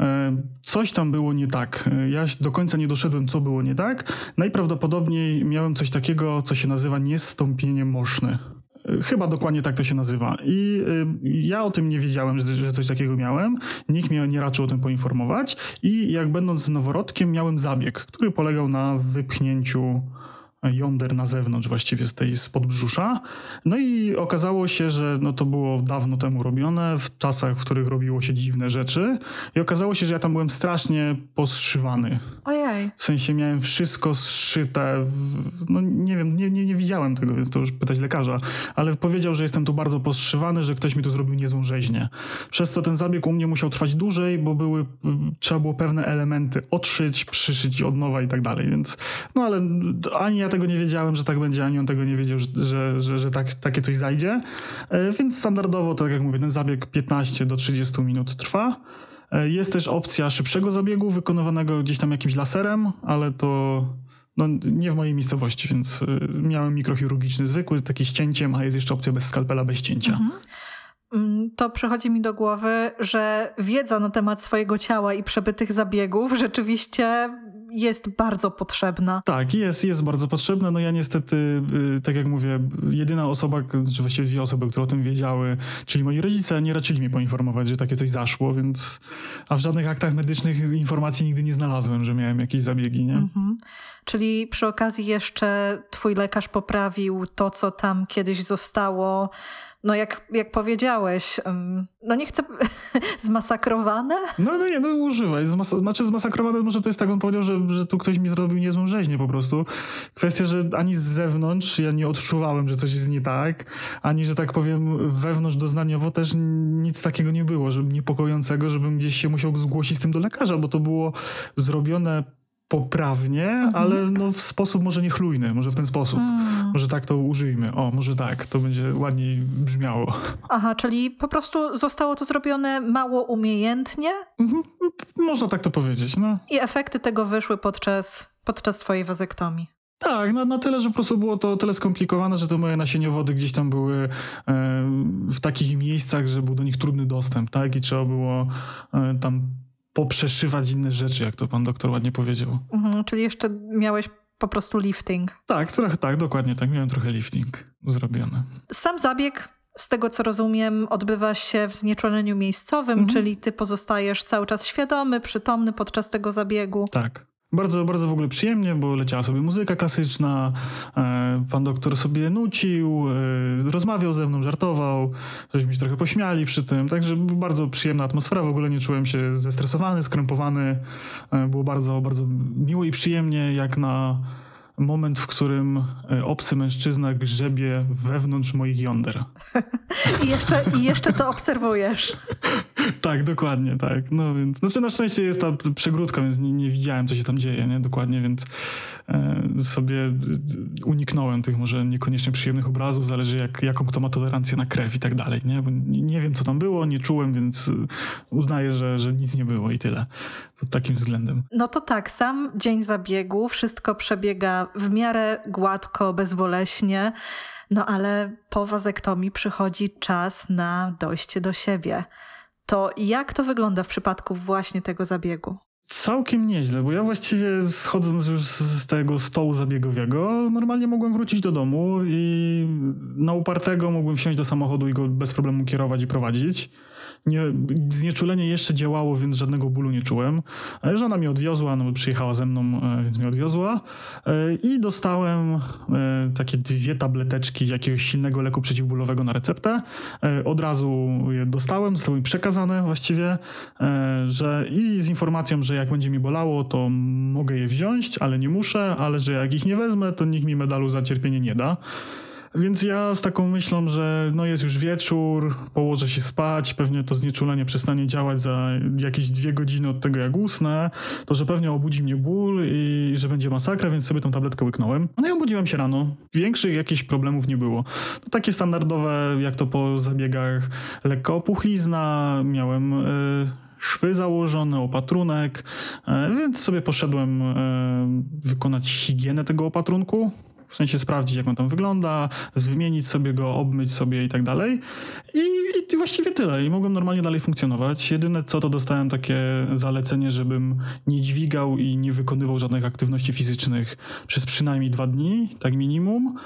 coś tam było nie tak. Ja do końca nie doszedłem, co było nie tak. Najprawdopodobniej miałem coś takiego, co się nazywa niestąpienie moszne. Chyba dokładnie tak to się nazywa. I ja o tym nie wiedziałem, że coś takiego miałem. Nikt mnie nie raczył o tym poinformować. I jak będąc noworodkiem miałem zabieg, który polegał na wypchnięciu jąder na zewnątrz właściwie z tej spod brzusza. No i okazało się, że no to było dawno temu robione, w czasach, w których robiło się dziwne rzeczy. I okazało się, że ja tam byłem strasznie poszywany. Ojej. W sensie miałem wszystko zszyte. W, no nie wiem, nie, nie, nie widziałem tego, więc to już pytać lekarza. Ale powiedział, że jestem tu bardzo poszywany, że ktoś mi tu zrobił niezłą rzeźnię. Przez co ten zabieg u mnie musiał trwać dłużej, bo były, trzeba było pewne elementy odszyć, przyszyć od nowa i tak dalej. Więc no ale ani ja tego nie wiedziałem, że tak będzie, ani on tego nie wiedział, że, że, że, że tak, takie coś zajdzie. Więc standardowo, tak jak mówię, ten zabieg piętnaście do trzydziestu minut trwa. Jest też opcja szybszego zabiegu, wykonywanego gdzieś tam jakimś laserem, ale to no, nie w mojej miejscowości, więc miałem mikrochirurgiczny zwykły, taki z cięciem, a jest jeszcze opcja bez skalpela, bez cięcia. Mhm. To przychodzi mi do głowy, że wiedza na temat swojego ciała i przebytych zabiegów rzeczywiście jest bardzo potrzebna. Tak, jest, jest bardzo potrzebna. No ja niestety, tak jak mówię, jedyna osoba, czy właściwie dwie osoby, które o tym wiedziały, czyli moi rodzice, nie raczyli mnie poinformować, że takie coś zaszło, więc a w żadnych aktach medycznych informacji nigdy nie znalazłem, że miałem jakieś zabiegi, nie? Mhm. Czyli przy okazji jeszcze twój lekarz poprawił to, co tam kiedyś zostało, no jak, jak powiedziałeś, no nie chcę, zmasakrowane? No, no nie, no używaj. Zmas- znaczy zmasakrowane może to jest tak, on powiedział, że, że tu ktoś mi zrobił niezłą rzeźnię po prostu. Kwestia, że ani z zewnątrz ja nie odczuwałem, że coś jest nie tak, ani, że tak powiem, wewnątrz doznaniowo też nic takiego nie było, że niepokojącego, żebym gdzieś się musiał zgłosić z tym do lekarza, bo to było zrobione poprawnie, mhm. ale no w sposób może niechlujny, może w ten sposób. Mm. Może tak to użyjmy. O, może tak, to będzie ładniej brzmiało. Aha, czyli po prostu zostało to zrobione mało umiejętnie? Mhm. Można tak to powiedzieć, no. I efekty tego wyszły podczas, podczas twojej wazektomii. Tak, na, na tyle, że po prostu było to tyle skomplikowane, że te moje nasieniowody gdzieś tam były e, w takich miejscach, że był do nich trudny dostęp, tak? I trzeba było e, tam poprzeszywać inne rzeczy, jak to pan doktor ładnie powiedział. Mhm, czyli jeszcze miałeś po prostu lifting. Tak, trochę tak, dokładnie tak. Miałem trochę lifting zrobiony. Sam zabieg, z tego co rozumiem, odbywa się w znieczuleniu miejscowym, mhm. czyli ty pozostajesz cały czas świadomy, przytomny podczas tego zabiegu. Tak. Bardzo, bardzo w ogóle przyjemnie, bo leciała sobie muzyka klasyczna, e, pan doktor sobie nucił, e, rozmawiał ze mną, żartował, żeśmy się trochę pośmiali przy tym, także bardzo przyjemna atmosfera, w ogóle nie czułem się zestresowany, skrępowany, e, było bardzo, bardzo miło i przyjemnie, jak na moment, w którym obcy mężczyzna grzebie wewnątrz moich jąder. I jeszcze, i jeszcze to obserwujesz. Tak, dokładnie, tak. No więc, znaczy na szczęście jest ta przegródka, więc nie, nie widziałem, co się tam dzieje, nie? Dokładnie, więc e, sobie uniknąłem tych może niekoniecznie przyjemnych obrazów, zależy jak, jaką kto ma tolerancję na krew i tak dalej, nie? Bo nie, nie wiem, co tam było, nie czułem, więc uznaję, że, że nic nie było i tyle pod takim względem. No to tak, sam dzień zabiegu, wszystko przebiega w miarę gładko, bezboleśnie, no ale po wazektomii przychodzi czas na dojście do siebie. To jak to wygląda w przypadku właśnie tego zabiegu? Całkiem nieźle, bo ja właściwie schodząc już z tego stołu zabiegowego, normalnie mogłem wrócić do domu i na upartego mógłbym wsiąść do samochodu i go bez problemu kierować i prowadzić. Nie, znieczulenie jeszcze działało, więc żadnego bólu nie czułem. Żona mnie odwiozła, no bo przyjechała ze mną, więc mnie odwiozła i dostałem takie dwie tableteczki jakiegoś silnego leku przeciwbólowego na receptę. Od razu je dostałem, zostały mi przekazane właściwie, że i z informacją, że jak będzie mi bolało, to mogę je wziąć, ale nie muszę, ale że jak ich nie wezmę, to nikt mi medalu za cierpienie nie da. Więc ja z taką myślą, że no jest już wieczór, położę się spać, pewnie to znieczulenie przestanie działać za jakieś dwie godziny od tego jak usnę, to że pewnie obudzi mnie ból i że będzie masakra, więc sobie tą tabletkę łyknąłem. No i obudziłem się rano. Większych jakichś problemów nie było. No takie standardowe, jak to po zabiegach, lekka opuchlizna, miałem... Yy... szwy założone, opatrunek, więc sobie poszedłem wykonać higienę tego opatrunku, w sensie sprawdzić, jak on tam wygląda, wymienić sobie go, obmyć sobie i tak dalej. I, i właściwie tyle. I mogłem normalnie dalej funkcjonować. Jedyne co, to dostałem takie zalecenie, żebym nie dźwigał i nie wykonywał żadnych aktywności fizycznych przez przynajmniej dwa dni, tak minimum.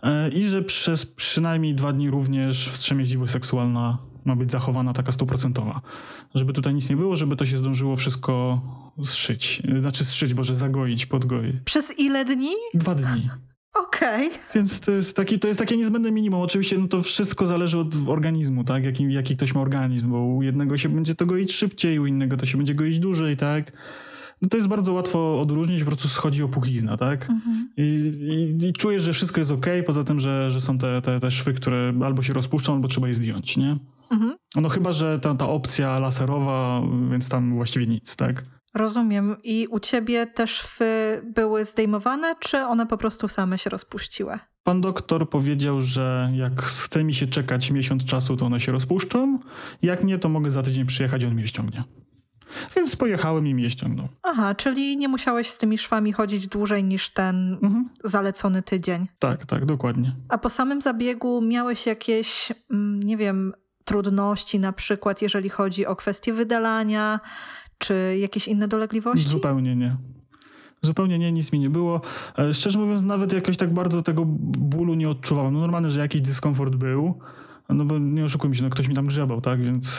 I że przez przynajmniej dwa dni również wstrzemięźliwość seksualna ma być zachowana taka stuprocentowa. Żeby tutaj nic nie było, żeby to się zdążyło wszystko zszyć. Znaczy zszyć, boże, zagoić, podgoić. Przez ile dni? Dwa dni. Okej. Okay. Więc to jest, taki, to jest takie niezbędne minimum. Oczywiście no to wszystko zależy od organizmu, tak? Jaki, jaki ktoś ma organizm, bo u jednego się będzie to goić szybciej, u innego to się będzie goić dłużej, tak? No to jest bardzo łatwo odróżnić, po prostu schodzi opuchlizna, tak? Mhm. I, i, I czujesz, że wszystko jest okej, okay, poza tym, że, że są te, te, te szwy, które albo się rozpuszczą, albo trzeba je zdjąć, nie? Mhm. No chyba, że ta, ta opcja laserowa, więc tam właściwie nic, tak? Rozumiem. I u ciebie te szwy były zdejmowane, czy one po prostu same się rozpuściły? Pan doktor powiedział, że jak chce mi się czekać miesiąc czasu, to one się rozpuszczą. Jak nie, to mogę za tydzień przyjechać i on mnie ściągnie. Więc pojechałem i mnie ściągnął. Aha, czyli nie musiałeś z tymi szwami chodzić dłużej niż ten mhm. zalecony tydzień. Tak, tak, dokładnie. A po samym zabiegu miałeś jakieś, nie wiem, trudności na przykład, jeżeli chodzi o kwestię wydalania, czy jakieś inne dolegliwości? Zupełnie nie. Zupełnie nie, nic mi nie było. Szczerze mówiąc, nawet jakoś tak bardzo tego bólu nie odczuwałem. No normalne, że jakiś dyskomfort był, no bo nie oszukujmy się, no ktoś mi tam grzebał, tak, więc...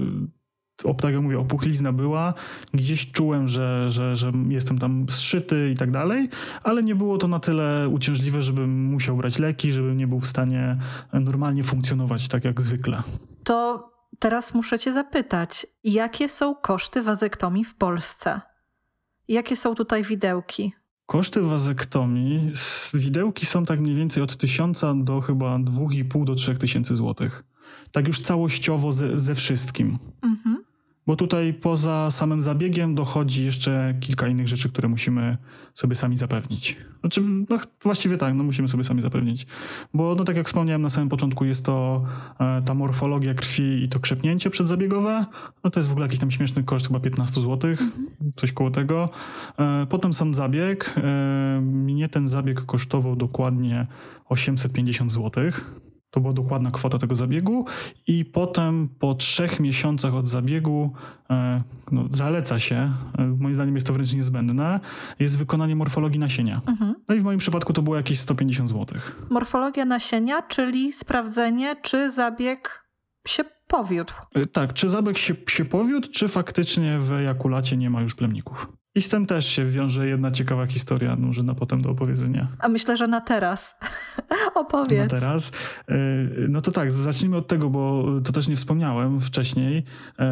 Yy... tak jak mówię, opuchlizna była, gdzieś czułem, że, że, że jestem tam zszyty i tak dalej, ale nie było to na tyle uciążliwe, żebym musiał brać leki, żebym nie był w stanie normalnie funkcjonować tak jak zwykle. To teraz muszę cię zapytać, jakie są koszty wazektomii w Polsce? Jakie są tutaj widełki? Koszty wazektomii, widełki są tak mniej więcej od tysiąca do chyba dwóch i pół do trzech tysięcy złotych. Tak już całościowo ze, ze wszystkim. Mhm. Bo tutaj poza samym zabiegiem dochodzi jeszcze kilka innych rzeczy, które musimy sobie sami zapewnić. Znaczy, no właściwie tak, no musimy sobie sami zapewnić. Bo no tak jak wspomniałem na samym początku, jest to e, ta morfologia krwi i to krzepnięcie przedzabiegowe. No to jest w ogóle jakiś tam śmieszny koszt, chyba piętnaście złotych, mhm. coś koło tego. E, potem sam zabieg. E, mnie ten zabieg kosztował dokładnie osiemset pięćdziesiąt złotych. To była dokładna kwota tego zabiegu i potem po trzech miesiącach od zabiegu e, no, zaleca się, e, moim zdaniem jest to wręcz niezbędne, jest wykonanie morfologii nasienia. Mhm. No i w moim przypadku to było jakieś sto pięćdziesiąt złotych. Morfologia nasienia, czyli sprawdzenie, czy zabieg się powiódł. E, tak, czy zabieg się, się powiódł, czy faktycznie w ejakulacie nie ma już plemników. I z tym też się wiąże jedna ciekawa historia, może na potem do opowiedzenia. A myślę, że na teraz. Opowiedz. Na teraz. No to tak, zacznijmy od tego, bo to też nie wspomniałem wcześniej.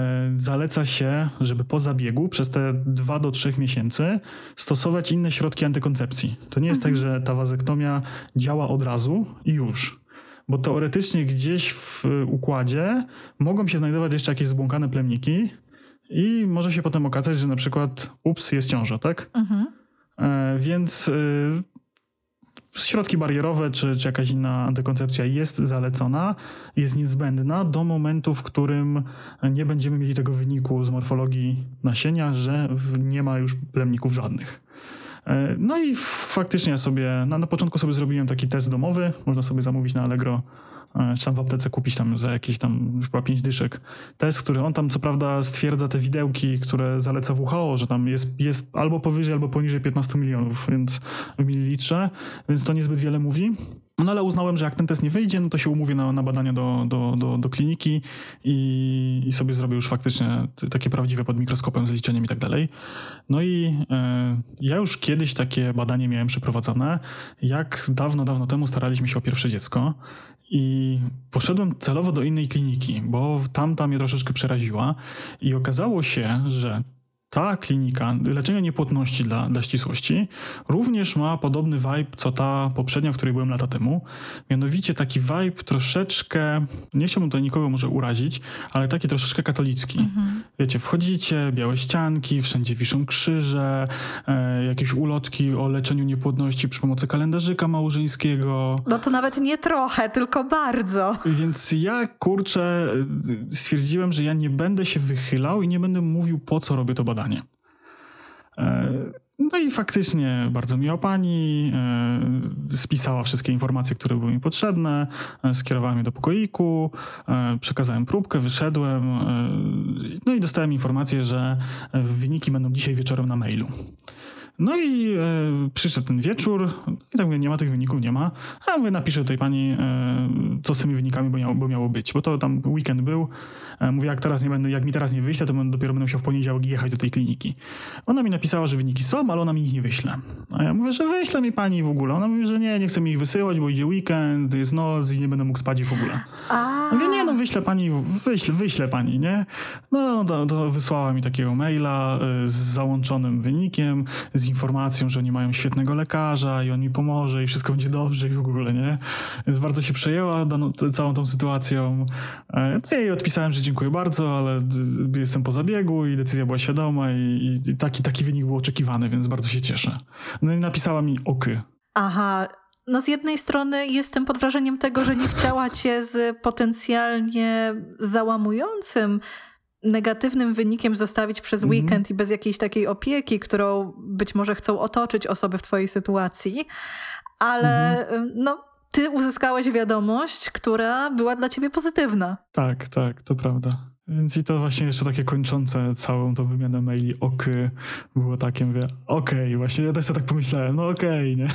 Zaleca się, żeby po zabiegu przez te dwa do trzech miesięcy stosować inne środki antykoncepcji. To nie jest mhm. tak, że ta wazektomia działa od razu i już. bo teoretycznie gdzieś w układzie mogą się znajdować jeszcze jakieś zbłąkane plemniki i może się potem okazać, że na przykład ups, jest ciąża, tak? Mhm. E, więc y, środki barierowe czy, czy jakaś inna antykoncepcja jest zalecona, jest niezbędna do momentu, w którym nie będziemy mieli tego wyniku z morfologii nasienia, że nie ma już plemników żadnych. No i faktycznie ja sobie, na, na początku sobie zrobiłem taki test domowy, można sobie zamówić na Allegro, czy tam w aptece kupić tam za jakieś tam chyba pięć dyszek test, który on tam co prawda stwierdza te widełki, które zaleca W H O, że tam jest, jest albo powyżej, albo poniżej piętnaście milionów więc w mililitrze, więc to niezbyt wiele mówi. No ale uznałem, że jak ten test nie wyjdzie, no to się umówię na, na badania do, do, do, do kliniki i, i sobie zrobię już faktycznie takie prawdziwe pod mikroskopem z liczeniem i tak dalej. No i e, ja już kiedyś takie badanie miałem przeprowadzone, jak dawno, dawno temu staraliśmy się o pierwsze dziecko i poszedłem celowo do innej kliniki, bo tamta mnie troszeczkę przeraziła i okazało się, że ta klinika leczenia niepłodności dla, dla ścisłości również ma podobny vibe, co ta poprzednia, w której byłem lata temu. Mianowicie taki vibe troszeczkę, nie chciałbym tutaj nikogo może urazić, ale taki troszeczkę katolicki. Mhm. Wiecie, wchodzicie, białe ścianki, wszędzie wiszą krzyże, e, jakieś ulotki o leczeniu niepłodności przy pomocy kalendarzyka małżeńskiego. No to nawet nie trochę, tylko bardzo. Więc ja, kurczę, stwierdziłem, że ja nie będę się wychylał i nie będę mówił, po co robię to badanie. No i faktycznie bardzo miła pani, spisała wszystkie informacje, które były mi potrzebne, skierowała mnie do pokoiku, przekazałem próbkę, wyszedłem, no i dostałem informację, że wyniki będą dzisiaj wieczorem na mailu. No i e, przyszedł ten wieczór i tak mówię, nie ma tych wyników, nie ma. A ja mówię, napiszę tej pani, e, co z tymi wynikami, bo miało, bo miało być. Bo to tam weekend był. E, mówię, jak teraz nie będę, jak mi teraz nie wyśle, to będę, dopiero będę musiał w poniedziałek jechać do tej kliniki. Ona mi napisała, że wyniki są, ale ona mi ich nie wyśle. A ja mówię, że wyśle mi pani w ogóle. Ona mówi, że nie, nie chce mi ich wysyłać, bo idzie weekend, jest noc i nie będę mógł spać w ogóle. A mówię, nie, no wyśle pani, wyśle, wyśle pani, nie? No to, to wysłała mi takiego maila e, z załączonym wynikiem, z informacją, że oni mają świetnego lekarza i on mi pomoże i wszystko będzie dobrze i w ogóle, nie? Więc bardzo się przejęła daną, całą tą sytuacją. No i odpisałem, że dziękuję bardzo, ale jestem po zabiegu i decyzja była świadoma i, i taki, taki wynik był oczekiwany, więc bardzo się cieszę. No i napisała mi oky. Aha. No z jednej strony jestem pod wrażeniem tego, że nie chciała cię z potencjalnie załamującym negatywnym wynikiem zostawić przez mm-hmm. weekend i bez jakiejś takiej opieki, którą być może chcą otoczyć osoby w twojej sytuacji, ale mm-hmm. no, ty uzyskałeś wiadomość, która była dla ciebie pozytywna. Tak, tak, to prawda. Więc i to właśnie jeszcze takie kończące całą tą wymianę maili oky było takie, mówię, okej, okay, właśnie ja też sobie tak pomyślałem, no okej, okay, nie?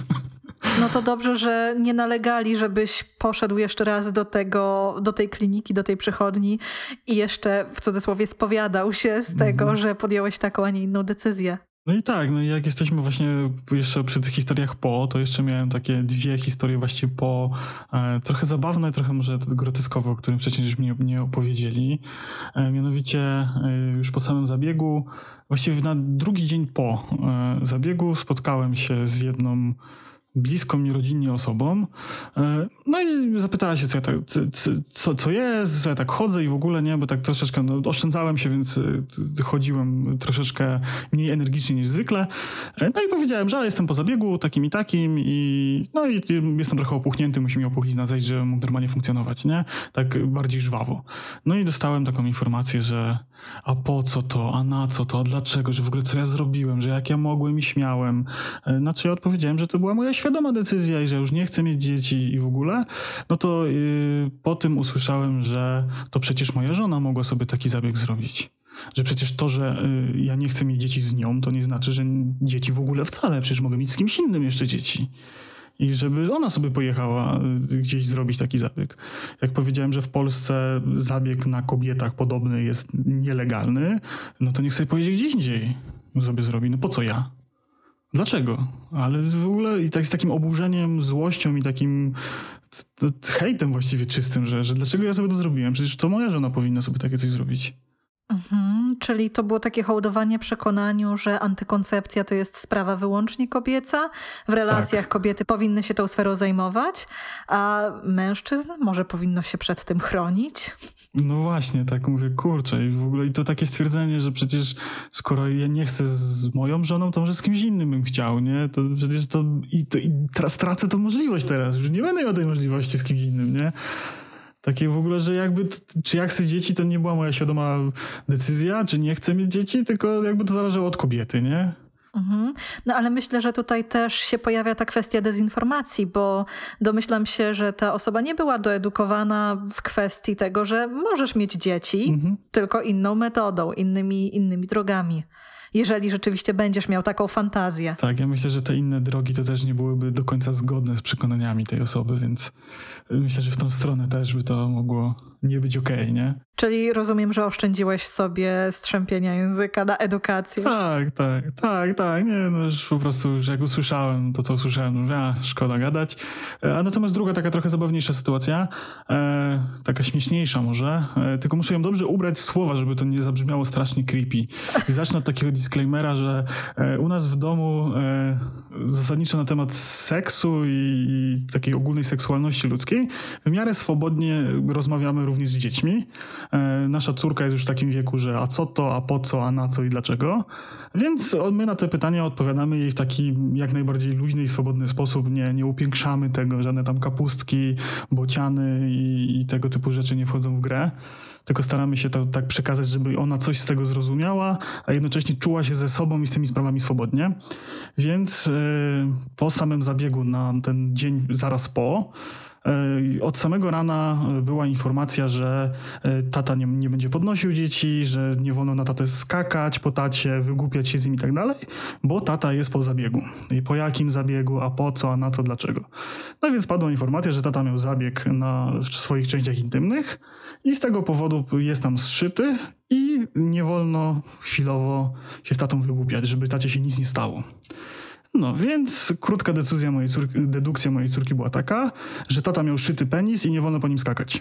No to dobrze, że nie nalegali, żebyś poszedł jeszcze raz do tego, do tej kliniki, do tej przychodni i jeszcze w cudzysłowie spowiadał się z tego, mhm. że podjąłeś taką, a nie inną decyzję. No i tak, no i jak jesteśmy właśnie jeszcze przy tych historiach po, to jeszcze miałem takie dwie historie właściwie po, e, trochę zabawne, trochę może groteskowe, o którym wcześniej już mi nie opowiedzieli. E, mianowicie e, już po samym zabiegu, właściwie na drugi dzień po e, zabiegu spotkałem się z jedną bliską mi rodzinnie osobą. No i zapytała się, co, ja tak, co, co jest, co ja tak chodzę i w ogóle nie, bo tak troszeczkę no, oszczędzałem się, więc chodziłem troszeczkę mniej energicznie niż zwykle. No i powiedziałem, że jestem po zabiegu takim i takim i no i jestem trochę opuchnięty, musi mi opuchlizna zejść, żeby mógł normalnie funkcjonować, nie? Tak bardziej żwawo. No i dostałem taką informację, że a po co to, a na co to, a dlaczego, że w ogóle co ja zrobiłem, że jak ja mogłem i śmiałem. Na co ja odpowiedziałem, że to była moja świadoma decyzja i że już nie chcę mieć dzieci i w ogóle, no to yy, po tym usłyszałem, że to przecież moja żona mogła sobie taki zabieg zrobić. Że przecież to, że yy, ja nie chcę mieć dzieci z nią, to nie znaczy, że dzieci w ogóle wcale. Przecież mogę mieć z kimś innym jeszcze dzieci. I żeby ona sobie pojechała gdzieś zrobić taki zabieg. Jak powiedziałem, że w Polsce zabieg na kobietach podobny jest nielegalny, no to niech sobie pojedzie gdzie indziej sobie zrobi. No po co ja? Dlaczego? Ale w ogóle i tak z takim oburzeniem, złością i takim t- t- hejtem właściwie czystym, że, że dlaczego ja sobie to zrobiłem? Przecież to moja żona powinna sobie takie coś zrobić. Mhm, czyli to było takie hołdowanie przekonaniu, że antykoncepcja to jest sprawa wyłącznie kobieca. W relacjach Tak. kobiety powinny się tą sferą zajmować, a mężczyzn może powinno się przed tym chronić. No właśnie, tak mówię, kurczę, i w ogóle i to takie stwierdzenie, że przecież skoro ja nie chcę z moją żoną, to może z kimś innym bym chciał, nie? To przecież to i, to, i tra- stracę tą możliwość teraz, już nie będę miał tej możliwości z kimś innym, nie? Takie w ogóle, że jakby, t- czy ja chcę dzieci, to nie była moja świadoma decyzja, czy nie chcę mieć dzieci, tylko jakby to zależało od kobiety, nie? Mhm. No ale myślę, że tutaj też się pojawia ta kwestia dezinformacji, bo domyślam się, że ta osoba nie była doedukowana w kwestii tego, że możesz mieć dzieci, Mhm. tylko inną metodą, innymi, innymi drogami. Jeżeli rzeczywiście będziesz miał taką fantazję. Tak, ja myślę, że te inne drogi to też nie byłyby do końca zgodne z przekonaniami tej osoby, więc myślę, że w tą stronę też by to mogło nie być okej, nie? Czyli rozumiem, że oszczędziłeś sobie strzępienia języka na edukację. Tak, tak, tak, tak, nie, no już po prostu, już jak usłyszałem to, co usłyszałem, no mówię, a, szkoda gadać. E, A natomiast druga taka trochę zabawniejsza sytuacja, e, taka śmieszniejsza może, e, tylko muszę ją dobrze ubrać w słowa, żeby to nie zabrzmiało strasznie creepy. I zacznę od takiego disclaimera, że e, u nas w domu e, zasadniczo na temat seksu i, i takiej ogólnej seksualności ludzkiej w miarę swobodnie rozmawiamy również z dziećmi. E, nasza córka jest już w takim wieku, że a co to, a po co, a na co i dlaczego. Więc my na te pytania odpowiadamy jej w taki jak najbardziej luźny i swobodny sposób. Nie, nie upiększamy tego, żadne tam kapustki, bociany i, i tego typu rzeczy nie wchodzą w grę. Tylko staramy się to tak przekazać, żeby ona coś z tego zrozumiała, a jednocześnie czuła się ze sobą i z tymi sprawami swobodnie. Więc e, po samym zabiegu na ten dzień zaraz po, od samego rana była informacja, że tata nie, nie będzie podnosił dzieci, że nie wolno na tatę skakać po tacie, wygłupiać się z nim i tak dalej, bo tata jest po zabiegu. I po jakim zabiegu, a po co, a na co, dlaczego. No więc padła informacja, że tata miał zabieg na w swoich częściach intymnych i z tego powodu jest tam zszyty i nie wolno chwilowo się z tatą wygłupiać, żeby tacie się nic nie stało. No, więc krótka decyzja mojej córki, dedukcja mojej córki była taka, że tata miał szyty penis i nie wolno po nim skakać.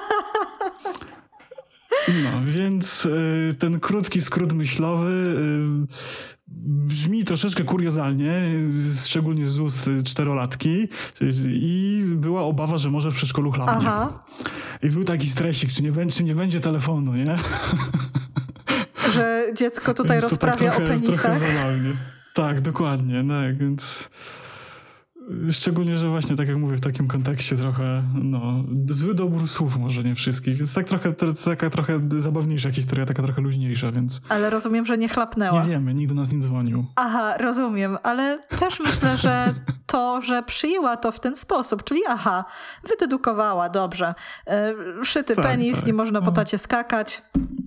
No, więc y, ten krótki skrót myślowy y, brzmi troszeczkę kuriozalnie, y, szczególnie z ust czterolatki y, i była obawa, że może w przedszkolu chlapnie. Aha. I był taki stresik, czy nie, będzie, czy nie będzie telefonu, nie? Że dziecko tutaj Więc to tak rozprawia trochę, o penisach. trochę zabawnie. Tak, dokładnie, tak, więc szczególnie, że właśnie tak jak mówię, w takim kontekście trochę, no, zły dobór słów może nie wszystkich, więc tak trochę, to taka trochę zabawniejsza historia, taka trochę luźniejsza, więc Ale rozumiem, że nie chlapnęła. nie wiemy, nikt do nas nie dzwonił. Aha, rozumiem, ale też myślę, że to, że przyjęła to w ten sposób, czyli aha, wydedukowała, dobrze, e, szyty Tak, penis, tak. nie można po No. tacie skakać.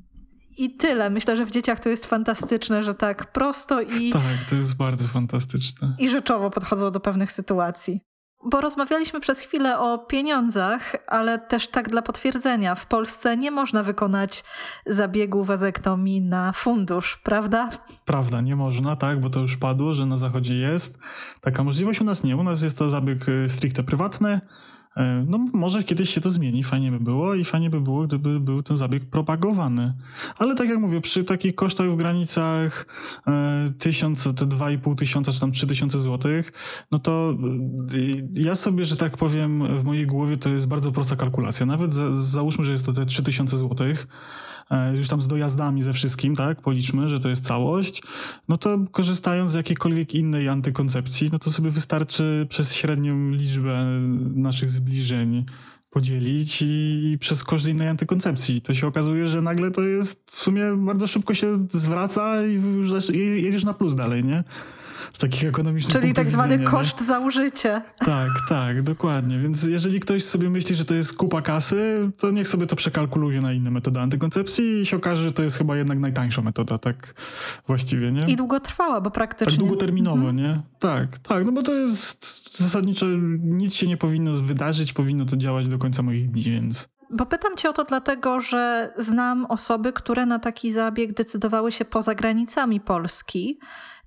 I tyle. Myślę, że w dzieciach to jest fantastyczne, że tak prosto i, Tak, to jest bardzo fantastyczne. i rzeczowo podchodzą do pewnych sytuacji. Bo rozmawialiśmy przez chwilę o pieniądzach, ale też tak dla potwierdzenia. W Polsce nie można wykonać zabiegu wazektomii na fundusz, prawda? Prawda, nie można, tak, bo to już padło, że na zachodzie jest taka możliwość, u nas nie, u nas jest to zabieg y, stricte prywatny. No może kiedyś się to zmieni, fajnie by było i fajnie by było, gdyby był ten zabieg propagowany. Ale tak jak mówię, przy takich kosztach w granicach e, tysiąc, te dwa i pół tysiąca, czy tam trzy tysiące złotych, no to y, ja sobie, że tak powiem, w mojej głowie to jest bardzo prosta kalkulacja. Nawet za, załóżmy, że jest to te trzy tysiące złotych, już tam z dojazdami ze wszystkim, tak, policzmy, że to jest całość, no to korzystając z jakiejkolwiek innej antykoncepcji, no to sobie wystarczy przez średnią liczbę naszych zbliżeń podzielić i, i przez koszt innej antykoncepcji. To się okazuje, że nagle to jest w sumie bardzo szybko się zwraca i już jedziesz na plus dalej, nie? Z takich ekonomicznych Czyli punktów tak zwany widzenia, koszt nie? za użycie. Tak, tak, dokładnie. Więc jeżeli ktoś sobie myśli, że to jest kupa kasy, to niech sobie to przekalkuluje na inne metody antykoncepcji i się okaże, że to jest chyba jednak najtańsza metoda, tak właściwie, nie? I długotrwała, bo praktycznie... Tak długoterminowo, nie? Tak, tak, no bo to jest zasadniczo nic się nie powinno wydarzyć, powinno to działać do końca moich dni, więc... Bo pytam cię o to dlatego, że znam osoby, które na taki zabieg decydowały się poza granicami Polski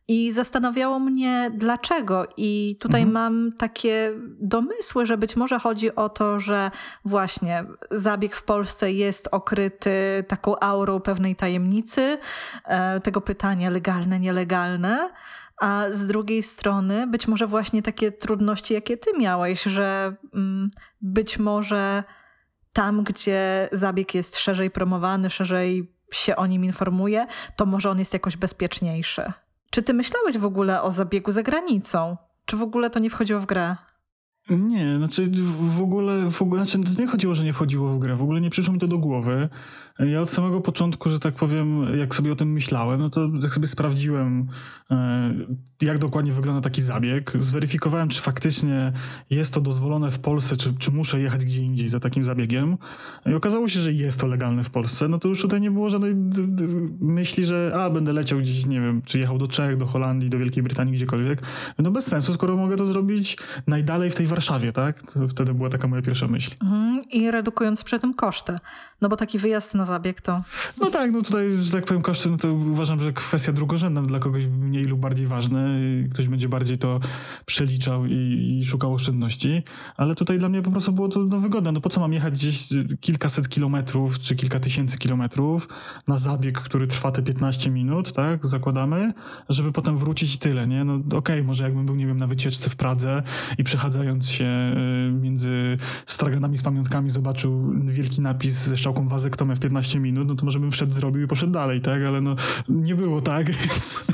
I zastanawiało mnie dlaczego i tutaj Mhm. mam takie domysły, że być może chodzi o to, że właśnie zabieg w Polsce jest okryty taką aurą pewnej tajemnicy, e, tego pytania legalne, nielegalne, a z drugiej strony być może właśnie takie trudności, jakie ty miałeś, że mm, być może tam, gdzie zabieg jest szerzej promowany, szerzej się o nim informuje, to może on jest jakoś bezpieczniejszy. Czy ty myślałeś w ogóle o zabiegu za granicą? Czy w ogóle to nie wchodziło w grę? Nie, znaczy w ogóle, w ogóle znaczy to nie chodziło, że nie wchodziło w grę, w ogóle nie przyszło mi to do głowy. Ja od samego początku, że tak powiem, jak sobie o tym myślałem, no to jak sobie sprawdziłem, jak dokładnie wygląda taki zabieg, zweryfikowałem, czy faktycznie jest to dozwolone w Polsce, czy, czy muszę jechać gdzie indziej za takim zabiegiem. I okazało się, że jest to legalne w Polsce, no to już tutaj nie było żadnej d- d- myśli, że a, będę leciał gdzieś, nie wiem, czy jechał do Czech, do Holandii, do Wielkiej Brytanii, gdziekolwiek. No bez sensu, skoro mogę to zrobić najdalej w tej Warszawie, tak? To wtedy była taka moja pierwsza myśl. Mhm. I redukując przy tym koszty. No bo taki wyjazd na zabieg to... No tak, no tutaj, że tak powiem, koszty, no to uważam, że kwestia drugorzędna dla kogoś mniej lub bardziej ważne. Ktoś będzie bardziej to przeliczał i, i szukał oszczędności. Ale tutaj dla mnie po prostu było to no, wygodne. No po co mam jechać gdzieś kilkaset kilometrów, czy kilka tysięcy kilometrów na zabieg, który trwa te piętnaście minut, tak, zakładamy, żeby potem wrócić i tyle, nie? No okej, okay, może jakbym był, nie wiem, na wycieczce w Pradze i przechadzając się y, między straganami z pamiątkami zobaczył wielki napis ze strzałką wazektomia w piętnaście minut, no to może bym wszedł, zrobił i poszedł dalej, tak? Ale no nie było tak, więc...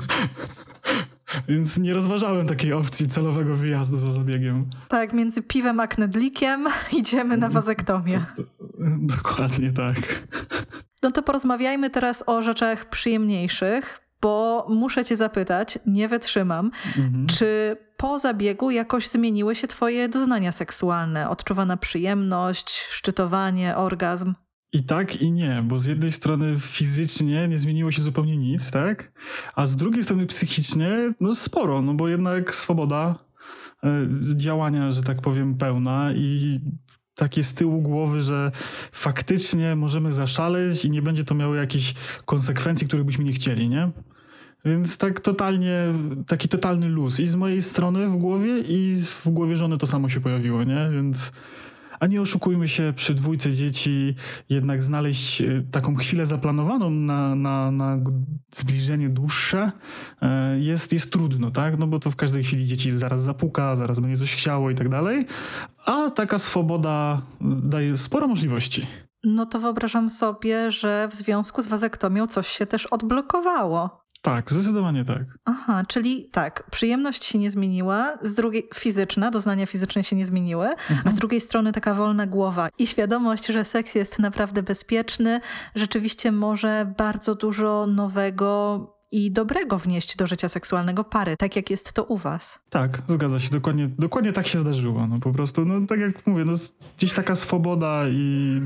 Więc nie rozważałem takiej opcji celowego wyjazdu za zabiegiem. Tak, między piwem a knedlikiem idziemy na wazektomię. To, to, dokładnie tak. No to porozmawiajmy teraz o rzeczach przyjemniejszych, bo muszę cię zapytać, nie wytrzymam, Mhm. czy po zabiegu jakoś zmieniły się twoje doznania seksualne? Odczuwana przyjemność, szczytowanie, orgazm? I tak, i nie, bo z jednej strony fizycznie nie zmieniło się zupełnie nic, tak? A z drugiej strony psychicznie, no sporo, no bo jednak swoboda y, działania, że tak powiem, pełna i takie z tyłu głowy, że faktycznie możemy zaszaleć i nie będzie to miało jakichś konsekwencji, których byśmy nie chcieli, nie? Więc tak totalnie, taki totalny luz i z mojej strony w głowie i w głowie żony to samo się pojawiło, nie? Więc... A nie oszukujmy się, przy dwójce dzieci jednak znaleźć taką chwilę zaplanowaną na, na, na zbliżenie dłuższe jest, jest trudno, tak? No bo to w każdej chwili dzieci zaraz zapuka, zaraz będzie coś chciało i tak dalej. A taka swoboda daje sporo możliwości. No to wyobrażam sobie, że w związku z wazektomią coś się też odblokowało. Tak, zdecydowanie tak. Aha, czyli tak, przyjemność się nie zmieniła, z drugiej fizyczna, doznania fizyczne się nie zmieniły, mhm. a z drugiej strony taka wolna głowa i świadomość, że seks jest naprawdę bezpieczny, rzeczywiście może bardzo dużo nowego i dobrego wnieść do życia seksualnego pary, tak jak jest to u was. Tak, zgadza się, dokładnie, dokładnie tak się zdarzyło. No po prostu, no tak jak mówię, no gdzieś taka swoboda i...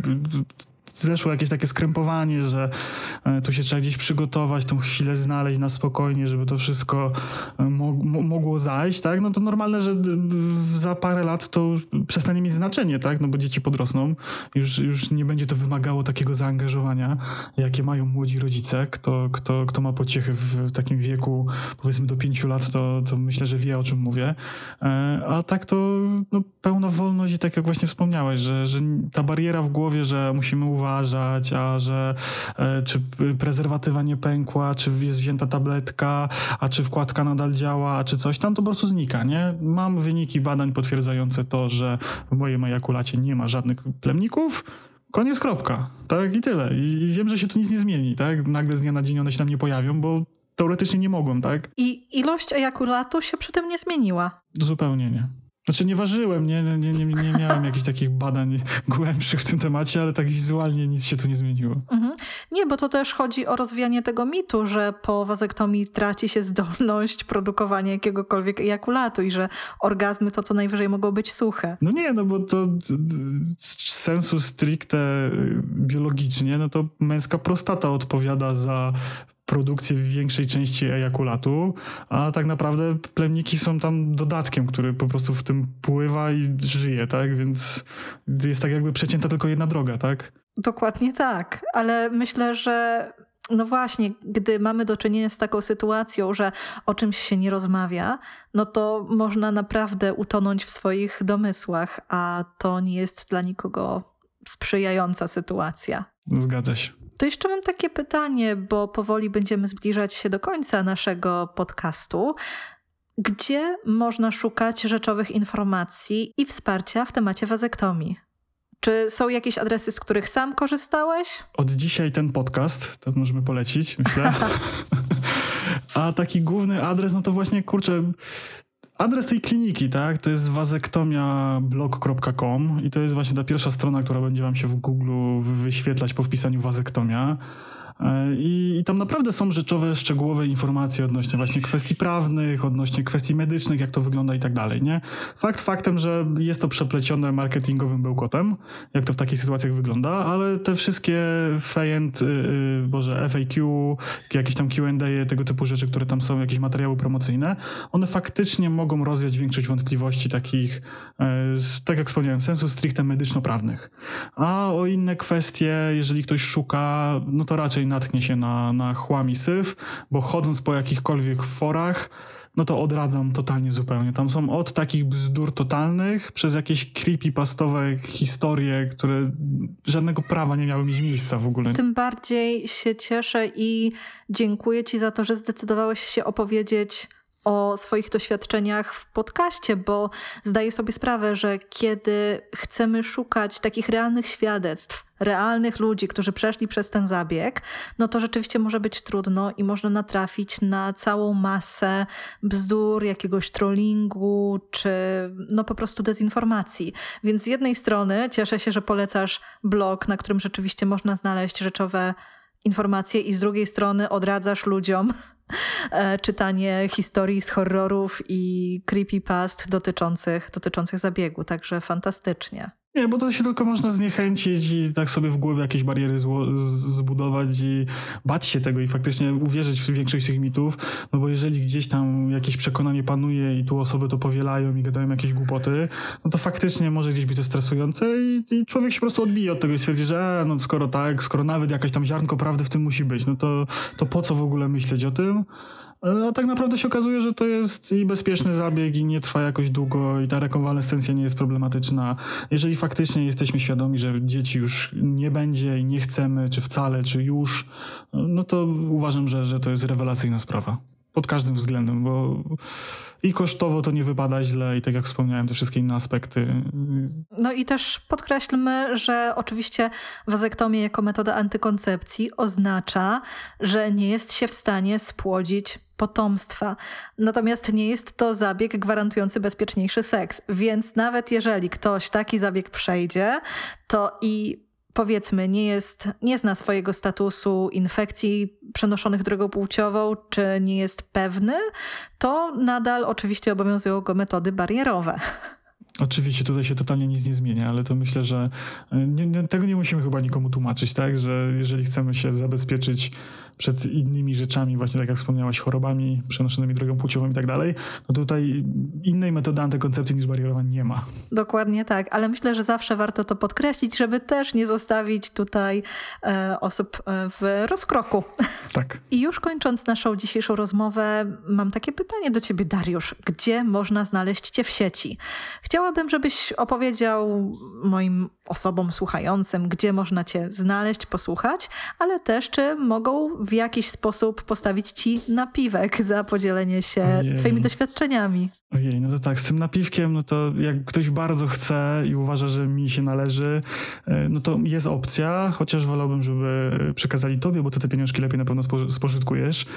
zeszło jakieś takie skrępowanie, że tu się trzeba gdzieś przygotować, tą chwilę znaleźć na spokojnie, żeby to wszystko mo- mogło zajść, tak? No to normalne, że za parę lat to przestanie mieć znaczenie, tak? No bo dzieci podrosną, już, już nie będzie to wymagało takiego zaangażowania, jakie mają młodzi rodzice. Kto, kto, kto ma pociechy w takim wieku, powiedzmy do pięciu lat, to, to myślę, że wie, o czym mówię. A tak to no, pełna wolność i tak jak właśnie wspomniałeś, że, że ta bariera w głowie, że musimy uważać, uważać, a że e, czy prezerwatywa nie pękła, czy jest wzięta tabletka, a czy wkładka nadal działa, a czy coś tam, to po prostu znika, nie? Mam wyniki badań potwierdzające to, że w moim ejakulacie nie ma żadnych plemników, koniec, kropka, tak? I tyle. I wiem, że się tu nic nie zmieni, tak? Nagle z dnia na dzień one się tam nie pojawią, bo teoretycznie nie mogą, tak? I ilość ejakulatu się przy tym nie zmieniła? Zupełnie nie. Znaczy nie ważyłem, nie, nie, nie, nie miałem jakichś takich badań głębszych w tym temacie, ale tak wizualnie nic się tu nie zmieniło. Mhm. Nie, bo to też chodzi o rozwianie tego mitu, że po wazektomii traci się zdolność produkowania jakiegokolwiek ejakulatu i że orgazmy to co najwyżej mogą być suche. No nie, no bo to z sensu stricte biologicznie, no to męska prostata odpowiada za produkcję większej części ejakulatu, a tak naprawdę plemniki są tam dodatkiem, który po prostu w tym pływa i żyje, tak? Więc jest tak jakby przecięta tylko jedna droga, tak? Dokładnie tak, ale myślę, że No właśnie, gdy mamy do czynienia z taką sytuacją, że o czymś się nie rozmawia, no to można naprawdę utonąć w swoich domysłach, a to nie jest dla nikogo sprzyjająca sytuacja. Zgadza się. To jeszcze mam takie pytanie, bo powoli będziemy zbliżać się do końca naszego podcastu. Gdzie można szukać rzeczowych informacji i wsparcia w temacie wazektomii? Czy są jakieś adresy, z których sam korzystałeś? Od dzisiaj ten podcast, to możemy polecić, myślę. A taki główny adres, no to właśnie, kurczę, adres tej kliniki, tak? To jest wazektomia blog kropka com i to jest właśnie ta pierwsza strona, która będzie wam się w Google wyświetlać po wpisaniu wazektomia. I, I tam naprawdę są rzeczowe, szczegółowe informacje odnośnie właśnie kwestii prawnych, odnośnie kwestii medycznych, jak to wygląda i tak dalej, nie? Fakt faktem, że jest to przeplecione marketingowym bełkotem, jak to w takich sytuacjach wygląda, ale te wszystkie fejent, yy, boże, F A Q, jakieś tam Q and A, tego typu rzeczy, które tam są, jakieś materiały promocyjne, one faktycznie mogą rozwiać większość wątpliwości takich, yy, tak jak wspomniałem, sensu stricte medyczno-prawnych. A o inne kwestie, jeżeli ktoś szuka, no to raczej natknie się na, na chłam i syf, bo chodząc po jakichkolwiek forach, no to odradzam totalnie zupełnie. Tam są od takich bzdur totalnych, przez jakieś creepypastowe historie, które żadnego prawa nie miały mieć miejsca w ogóle. Tym bardziej się cieszę i dziękuję ci za to, że zdecydowałeś się opowiedzieć o swoich doświadczeniach w podcaście, bo zdaję sobie sprawę, że kiedy chcemy szukać takich realnych świadectw, realnych ludzi, którzy przeszli przez ten zabieg, no to rzeczywiście może być trudno i można natrafić na całą masę bzdur, jakiegoś trollingu, czy no po prostu dezinformacji. Więc z jednej strony cieszę się, że polecasz blog, na którym rzeczywiście można znaleźć rzeczowe informacje i z drugiej strony odradzasz ludziom czytanie historii z horrorów i creepypast dotyczących, dotyczących zabiegu. Także fantastycznie. Nie, bo to się tylko można zniechęcić i tak sobie w głowie jakieś bariery zło- zbudować i bać się tego i faktycznie uwierzyć w większość tych mitów, no bo jeżeli gdzieś tam jakieś przekonanie panuje i tu osoby to powielają i gadają jakieś głupoty, no to faktycznie może gdzieś być to stresujące i, i człowiek się po prostu odbije od tego i stwierdzi, że e, no skoro tak, skoro nawet jakaś tam ziarnko prawdy w tym musi być, no to, to po co w ogóle myśleć o tym? A tak naprawdę się okazuje, że to jest i bezpieczny zabieg i nie trwa jakoś długo i ta rekonwalescencja nie jest problematyczna. Jeżeli faktycznie jesteśmy świadomi, że dzieci już nie będzie i nie chcemy, czy wcale, czy już, no to uważam, że, że to jest rewelacyjna sprawa. Pod każdym względem, bo i kosztowo to nie wypada źle i tak jak wspomniałem, te wszystkie inne aspekty. No i też podkreślmy, że oczywiście wazektomia jako metoda antykoncepcji oznacza, że nie jest się w stanie spłodzić potomstwa. Natomiast nie jest to zabieg gwarantujący bezpieczniejszy seks, więc nawet jeżeli ktoś taki zabieg przejdzie, to i powiedzmy, nie, jest, nie zna swojego statusu infekcji przenoszonych drogą płciową, czy nie jest pewny, to nadal oczywiście obowiązują go metody barierowe. Oczywiście tutaj się totalnie nic nie zmienia, ale to myślę, że nie, nie, tego nie musimy chyba nikomu tłumaczyć, tak? Że jeżeli chcemy się zabezpieczyć przed innymi rzeczami, właśnie tak jak wspomniałaś, chorobami przenoszonymi drogą płciową i tak dalej, no tutaj innej metody antykoncepcji niż barierowa nie ma. Dokładnie tak, ale myślę, że zawsze warto to podkreślić, żeby też nie zostawić tutaj e, osób w rozkroku. Tak. I już kończąc naszą dzisiejszą rozmowę, mam takie pytanie do ciebie, Dariusz. Gdzie można znaleźć cię w sieci? Chciałabym, żebyś opowiedział moim osobom słuchającym, gdzie można cię znaleźć, posłuchać, ale też czy mogą w jakiś sposób postawić ci napiwek za podzielenie się Ojej. swoimi doświadczeniami. Ojej, no to tak, z tym napiwkiem, no to jak ktoś bardzo chce i uważa, że mi się należy, no to jest opcja, chociaż wolałbym, żeby przekazali tobie, bo ty te pieniążki lepiej na pewno spo, spożytkujesz.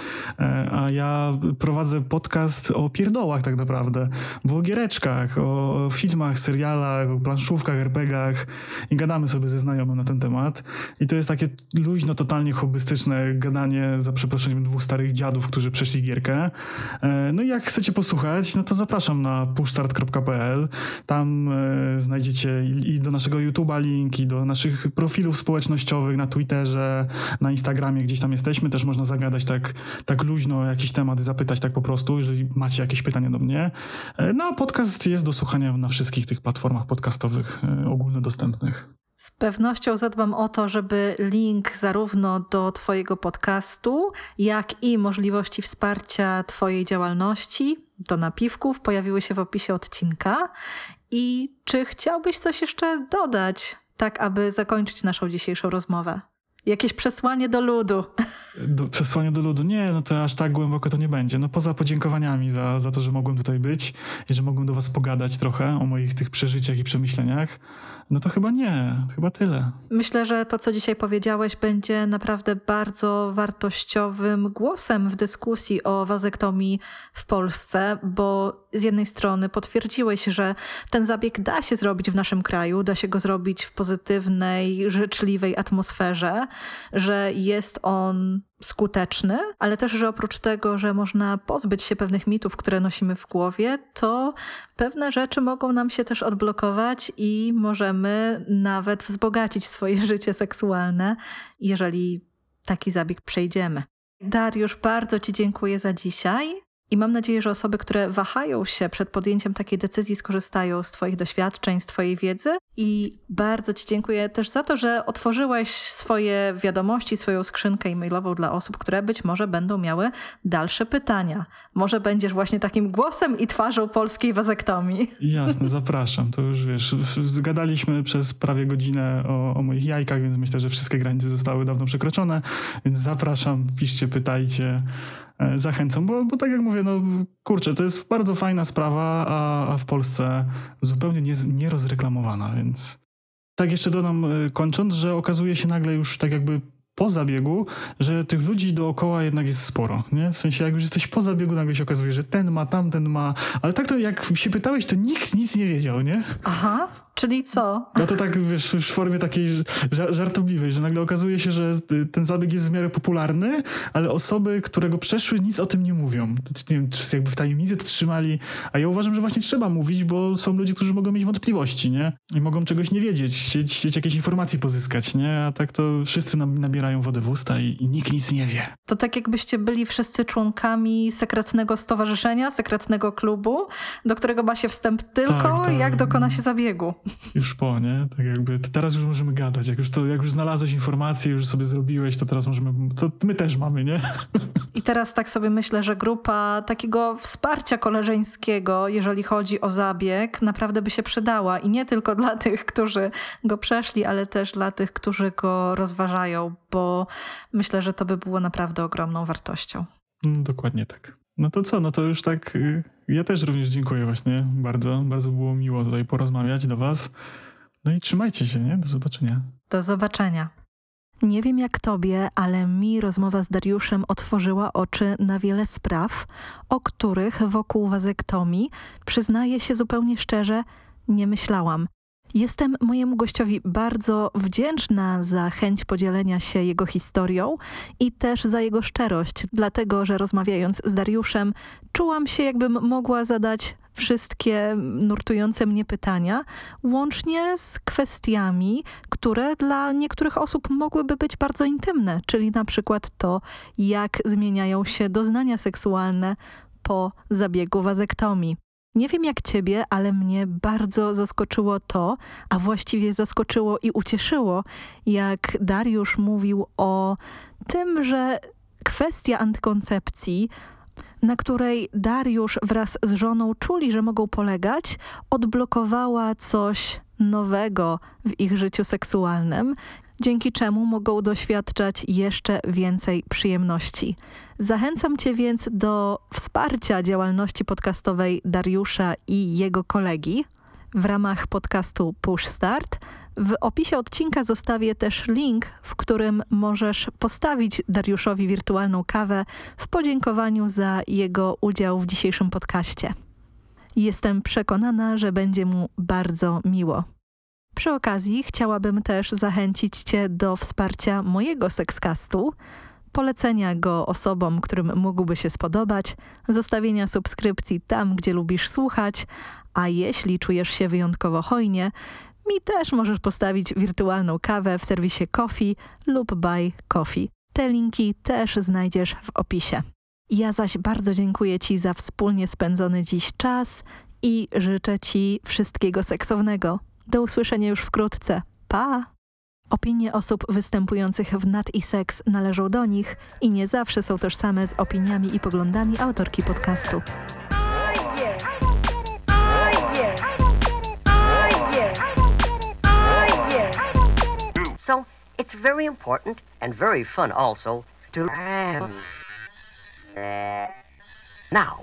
A ja prowadzę podcast o pierdołach tak naprawdę, bo o giereczkach, o filmach, serialach, o planszówkach, er pe gach i gadamy sobie ze znajomym na ten temat. I to jest takie luźno, totalnie hobbystyczne gadanie, za przeproszeniem, dwóch starych dziadów, którzy przeszli gierkę. No i jak chcecie posłuchać, no to zapraszam na pushstart kropka pe el. Tam e, znajdziecie i, i do naszego YouTube'a link, i do naszych profilów społecznościowych na Twitterze, na Instagramie, gdzieś tam jesteśmy. Też można zagadać tak, tak luźno o jakiś temat i zapytać tak po prostu, jeżeli macie jakieś pytania do mnie. E, no a podcast jest do słuchania na wszystkich tych platformach podcastowych e, ogólnodostępnych. Z pewnością zadbam o to, żeby link zarówno do Twojego podcastu, jak i możliwości wsparcia Twojej działalności, do napiwków, pojawiły się w opisie odcinka. I czy chciałbyś coś jeszcze dodać, tak aby zakończyć naszą dzisiejszą rozmowę? Jakieś przesłanie do ludu. Do, przesłanie do ludu? Nie, no to aż tak głęboko to nie będzie. No poza podziękowaniami za, za to, że mogłem tutaj być i że mogłem do was pogadać trochę o moich tych przeżyciach i przemyśleniach, no to chyba nie, chyba tyle. Myślę, że to, co dzisiaj powiedziałeś, będzie naprawdę bardzo wartościowym głosem w dyskusji o wazektomii w Polsce, bo z jednej strony potwierdziłeś, że ten zabieg da się zrobić w naszym kraju, da się go zrobić w pozytywnej, życzliwej atmosferze, że jest on skuteczny, ale też, że oprócz tego, że można pozbyć się pewnych mitów, które nosimy w głowie, to pewne rzeczy mogą nam się też odblokować i możemy nawet wzbogacić swoje życie seksualne, jeżeli taki zabieg przejdziemy. Dariusz, bardzo Ci dziękuję za dzisiaj. I mam nadzieję, że osoby, które wahają się przed podjęciem takiej decyzji, skorzystają z Twoich doświadczeń, z Twojej wiedzy. I bardzo Ci dziękuję też za to, że otworzyłeś swoje wiadomości, swoją skrzynkę e-mailową dla osób, które być może będą miały dalsze pytania. Może będziesz właśnie takim głosem i twarzą polskiej wazektomii. Jasne, zapraszam. To już wiesz, zgadaliśmy przez prawie godzinę o, o moich jajkach, więc myślę, że wszystkie granice zostały dawno przekroczone. Więc zapraszam, piszcie, pytajcie. Zachęcam, bo, bo tak jak mówię, no kurczę, to jest bardzo fajna sprawa, a, a w Polsce zupełnie nie, nierozreklamowana, więc tak jeszcze dodam, kończąc, że okazuje się nagle już tak jakby po zabiegu, że tych ludzi dookoła jednak jest sporo, nie? W sensie jak już jesteś po zabiegu, nagle się okazuje, że ten ma, tamten ma, ale tak to jak się pytałeś, to nikt nic nie wiedział, nie? Aha, czyli co? No to tak, wiesz, w formie takiej żartobliwej, że nagle okazuje się, że ten zabieg jest w miarę popularny, ale osoby, które go przeszły, nic o tym nie mówią. Nie wiem, jakby w tajemnicy to trzymali, a ja uważam, że właśnie trzeba mówić, bo są ludzie, którzy mogą mieć wątpliwości, nie? I mogą czegoś nie wiedzieć, chcieć, chcieć jakiejś informacji pozyskać, nie? A tak to wszyscy nabierają wody w usta i, i nikt nic nie wie. To tak jakbyście byli wszyscy członkami sekretnego stowarzyszenia, sekretnego klubu, do którego ma się wstęp tylko tak, tak. jak dokona się zabiegu. Już po, nie? Tak jakby teraz już możemy gadać. Jak już, to, jak już znalazłeś informacje, już sobie zrobiłeś, to teraz możemy, to my też mamy, nie? I teraz tak sobie myślę, że grupa takiego wsparcia koleżeńskiego, jeżeli chodzi o zabieg, naprawdę by się przydała. I nie tylko dla tych, którzy go przeszli, ale też dla tych, którzy go rozważają, bo myślę, że to by było naprawdę ogromną wartością. No, dokładnie tak. No to co? No to już tak... Ja też również dziękuję właśnie bardzo. Bardzo było miło tutaj porozmawiać do was. No i trzymajcie się, nie? Do zobaczenia. Do zobaczenia. Nie wiem jak tobie, ale mi rozmowa z Dariuszem otworzyła oczy na wiele spraw, o których wokół wazektomii, przyznaję się zupełnie szczerze, nie myślałam. Jestem mojemu gościowi bardzo wdzięczna za chęć podzielenia się jego historią i też za jego szczerość, dlatego że rozmawiając z Dariuszem czułam się, jakbym mogła zadać wszystkie nurtujące mnie pytania, łącznie z kwestiami, które dla niektórych osób mogłyby być bardzo intymne, czyli na przykład to, jak zmieniają się doznania seksualne po zabiegu wazektomii. Nie wiem jak ciebie, ale mnie bardzo zaskoczyło to, a właściwie zaskoczyło i ucieszyło, jak Dariusz mówił o tym, że kwestia antykoncepcji, na której Dariusz wraz z żoną czuli, że mogą polegać, odblokowała coś nowego w ich życiu seksualnym, dzięki czemu mogą doświadczać jeszcze więcej przyjemności. Zachęcam cię więc do wsparcia działalności podcastowej Dariusza i jego kolegi w ramach podcastu Push Start. W opisie odcinka zostawię też link, w którym możesz postawić Dariuszowi wirtualną kawę w podziękowaniu za jego udział w dzisiejszym podcaście. Jestem przekonana, że będzie mu bardzo miło. Przy okazji chciałabym też zachęcić cię do wsparcia mojego Sexcastu, polecenia go osobom, którym mógłby się spodobać, zostawienia subskrypcji tam, gdzie lubisz słuchać, a jeśli czujesz się wyjątkowo hojnie, mi też możesz postawić wirtualną kawę w serwisie Ko-fi lub Buy Coffee. Te linki też znajdziesz w opisie. Ja zaś bardzo dziękuję ci za wspólnie spędzony dziś czas i życzę ci wszystkiego seksownego. Do usłyszenia już wkrótce. Pa! Opinie osób występujących w Nat i Seks należą do nich i nie zawsze są tożsame z opiniami i poglądami autorki podcastu. So, it's very important and very fun also to... Um, uh, now,